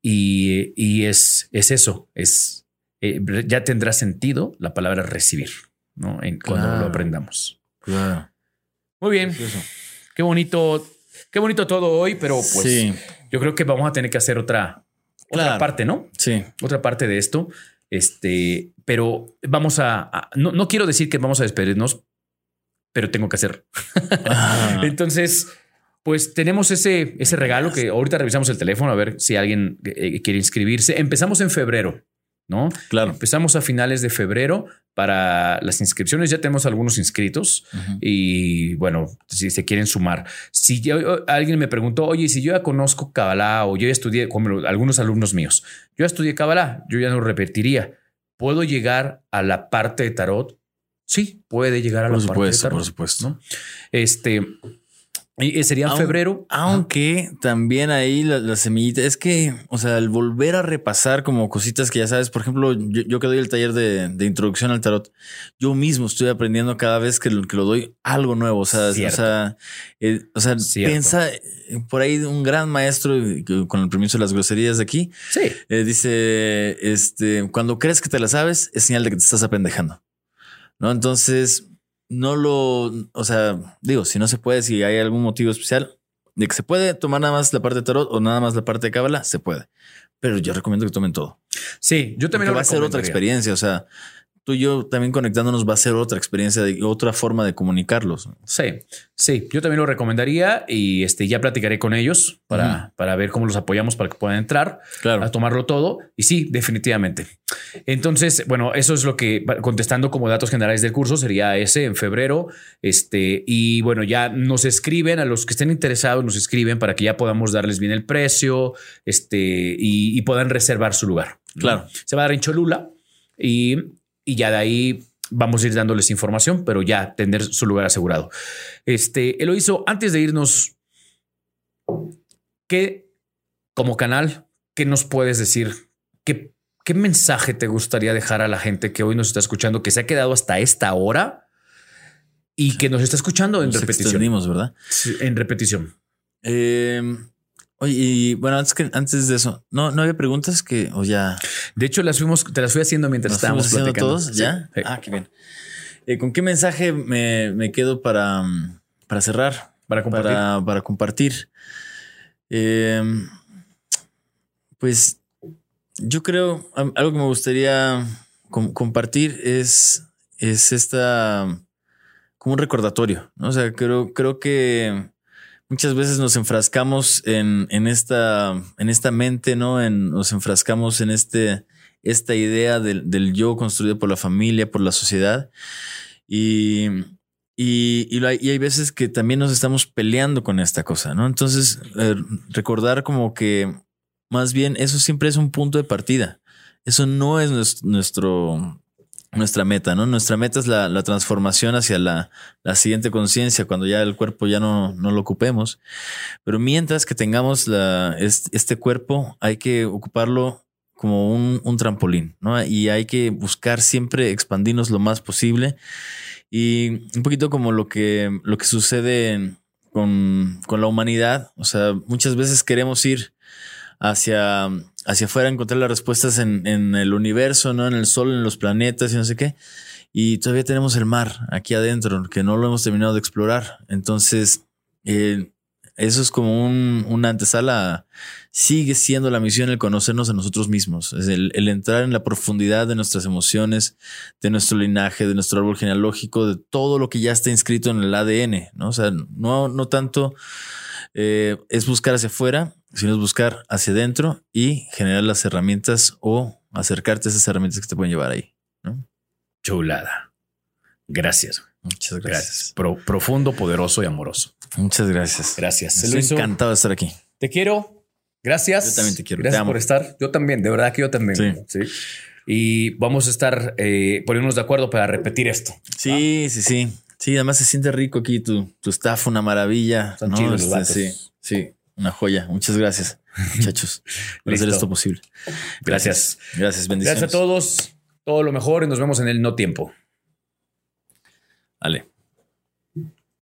Y, y es, es eso, es eh, ya tendrá sentido la palabra recibir, ¿no? En, cuando claro. lo aprendamos. Claro. Muy bien. Qué bonito, qué bonito todo hoy, pero pues sí. yo creo que vamos a tener que hacer otra, otra claro. parte, ¿no? Sí. Otra parte de esto. Este, pero vamos a, a no, no quiero decir que vamos a despedirnos, pero tengo que hacer. Ah. Entonces, pues tenemos ese, ese regalo que ahorita revisamos el teléfono a ver si alguien eh, quiere inscribirse. Empezamos en febrero, ¿no? Claro. Empezamos a finales de febrero para las inscripciones. Ya tenemos algunos inscritos uh-huh. y bueno, si se quieren sumar. Si yo, alguien me preguntó, oye, si yo ya conozco Kabbalah o yo ya estudié, como algunos alumnos míos, yo ya estudié Kabbalah, yo ya no repetiría. ¿Puedo llegar a la parte de tarot? Sí, puede llegar a por la supuesto, parte de tarot. Por supuesto, ¿no? Este... Y sería en Aun, febrero. Aunque también ahí la, la semillita es que, o sea, el volver a repasar como cositas que ya sabes, por ejemplo, yo, yo que doy el taller de, de introducción al tarot, yo mismo estoy aprendiendo cada vez que lo, que lo doy algo nuevo. O sea, Cierto. o sea, eh, o sea piensa por ahí un gran maestro con el permiso de las groserías de aquí. Sí. Eh, dice, este, cuando crees que te la sabes, es señal de que te estás apendejando. ¿No? Entonces, no lo, o sea, digo, si no se puede, si hay algún motivo especial de que se puede tomar nada más la parte de tarot o nada más la parte de Kabbalah, se puede. Pero yo recomiendo que tomen todo. Sí, yo también lo va a ser otra experiencia. O sea, tú y yo también conectándonos va a ser otra experiencia, de otra forma de comunicarlos. Sí, sí, yo también lo recomendaría y este, ya platicaré con ellos para, uh-huh. para ver cómo los apoyamos para que puedan entrar claro. a tomarlo todo. Y sí, definitivamente. Entonces, bueno, eso es lo que, contestando como datos generales del curso, sería ese en febrero. Este, y bueno, ya nos escriben a los que estén interesados, nos escriben para que ya podamos darles bien el precio este, y, y puedan reservar su lugar, ¿no? Claro. Se va a dar en Cholula y, y ya de ahí vamos a ir dándoles información, pero ya tener su lugar asegurado. Este, Eloíso, antes de irnos, ¿qué como canal, qué nos puedes decir? ¿Qué ¿Qué mensaje te gustaría dejar a la gente que hoy nos está escuchando, que se ha quedado hasta esta hora y que nos está escuchando en nos repetición? Extendimos, ¿verdad? Sí, en repetición. Eh, oye, y bueno, antes, que, antes de eso, ¿no, ¿no había preguntas que o ya? De hecho, las fuimos, te las fui haciendo mientras estábamos platicando. ¿Todos? ¿Ya? Sí. Ah, qué bien. Eh, ¿Con qué mensaje me, me quedo para, para cerrar? Para compartir. Para, para compartir. Eh, pues... Yo creo, algo que me gustaría com- compartir es, es esta, como un recordatorio, ¿no? O sea, creo, creo que muchas veces nos enfrascamos en, en esta, en esta mente, ¿no? En, nos enfrascamos en este, esta idea del, del yo construido por la familia, por la sociedad. Y, y, y, y hay veces que también nos estamos peleando con esta cosa, ¿no? Entonces, eh, recordar como que más bien, eso siempre es un punto de partida. Eso no es nuestro, nuestra meta, ¿no? Nuestra meta es la, la transformación hacia la, la siguiente conciencia, cuando ya el cuerpo ya no, no lo ocupemos. Pero mientras que tengamos la, este, este cuerpo, hay que ocuparlo como un, un trampolín, ¿no? Y hay que buscar siempre expandirnos lo más posible. Y un poquito como lo que, lo que sucede con, con la humanidad. O sea, muchas veces queremos ir hacia, hacia afuera, encontrar las respuestas en, en el universo, ¿no? En el sol, en los planetas y no sé qué. Y todavía tenemos el mar aquí adentro, que no lo hemos terminado de explorar. Entonces, eh, eso es como un, una antesala. Sigue siendo la misión el conocernos a nosotros mismos. Es el, el entrar en la profundidad de nuestras emociones, de nuestro linaje, de nuestro árbol genealógico, de todo lo que ya está inscrito en el A D N, ¿no? O sea, no, no tanto eh, es buscar hacia afuera, sino es buscar hacia adentro y generar las herramientas o acercarte a esas herramientas que te pueden llevar ahí, ¿no? Chulada. Gracias. Muchas gracias. gracias. Pro, profundo, poderoso y amoroso. Muchas gracias. Gracias. Estoy encantado de estar aquí. Te quiero. Gracias. Yo también te quiero. Gracias te amo. por estar. Yo también. De verdad que yo también. Sí. ¿Sí? Y vamos a estar eh, poniéndonos de acuerdo para repetir esto. Sí, ¿ah? sí, sí. Sí, además se siente rico aquí. Tu, tu staff, una maravilla. Son ¿no? chidos los Este, vatos. sí, sí, una joya. Muchas gracias, muchachos, por hacer Listo. esto posible. Gracias. Gracias, bendiciones. Gracias a todos. Todo lo mejor y nos vemos en el no tiempo. Vale.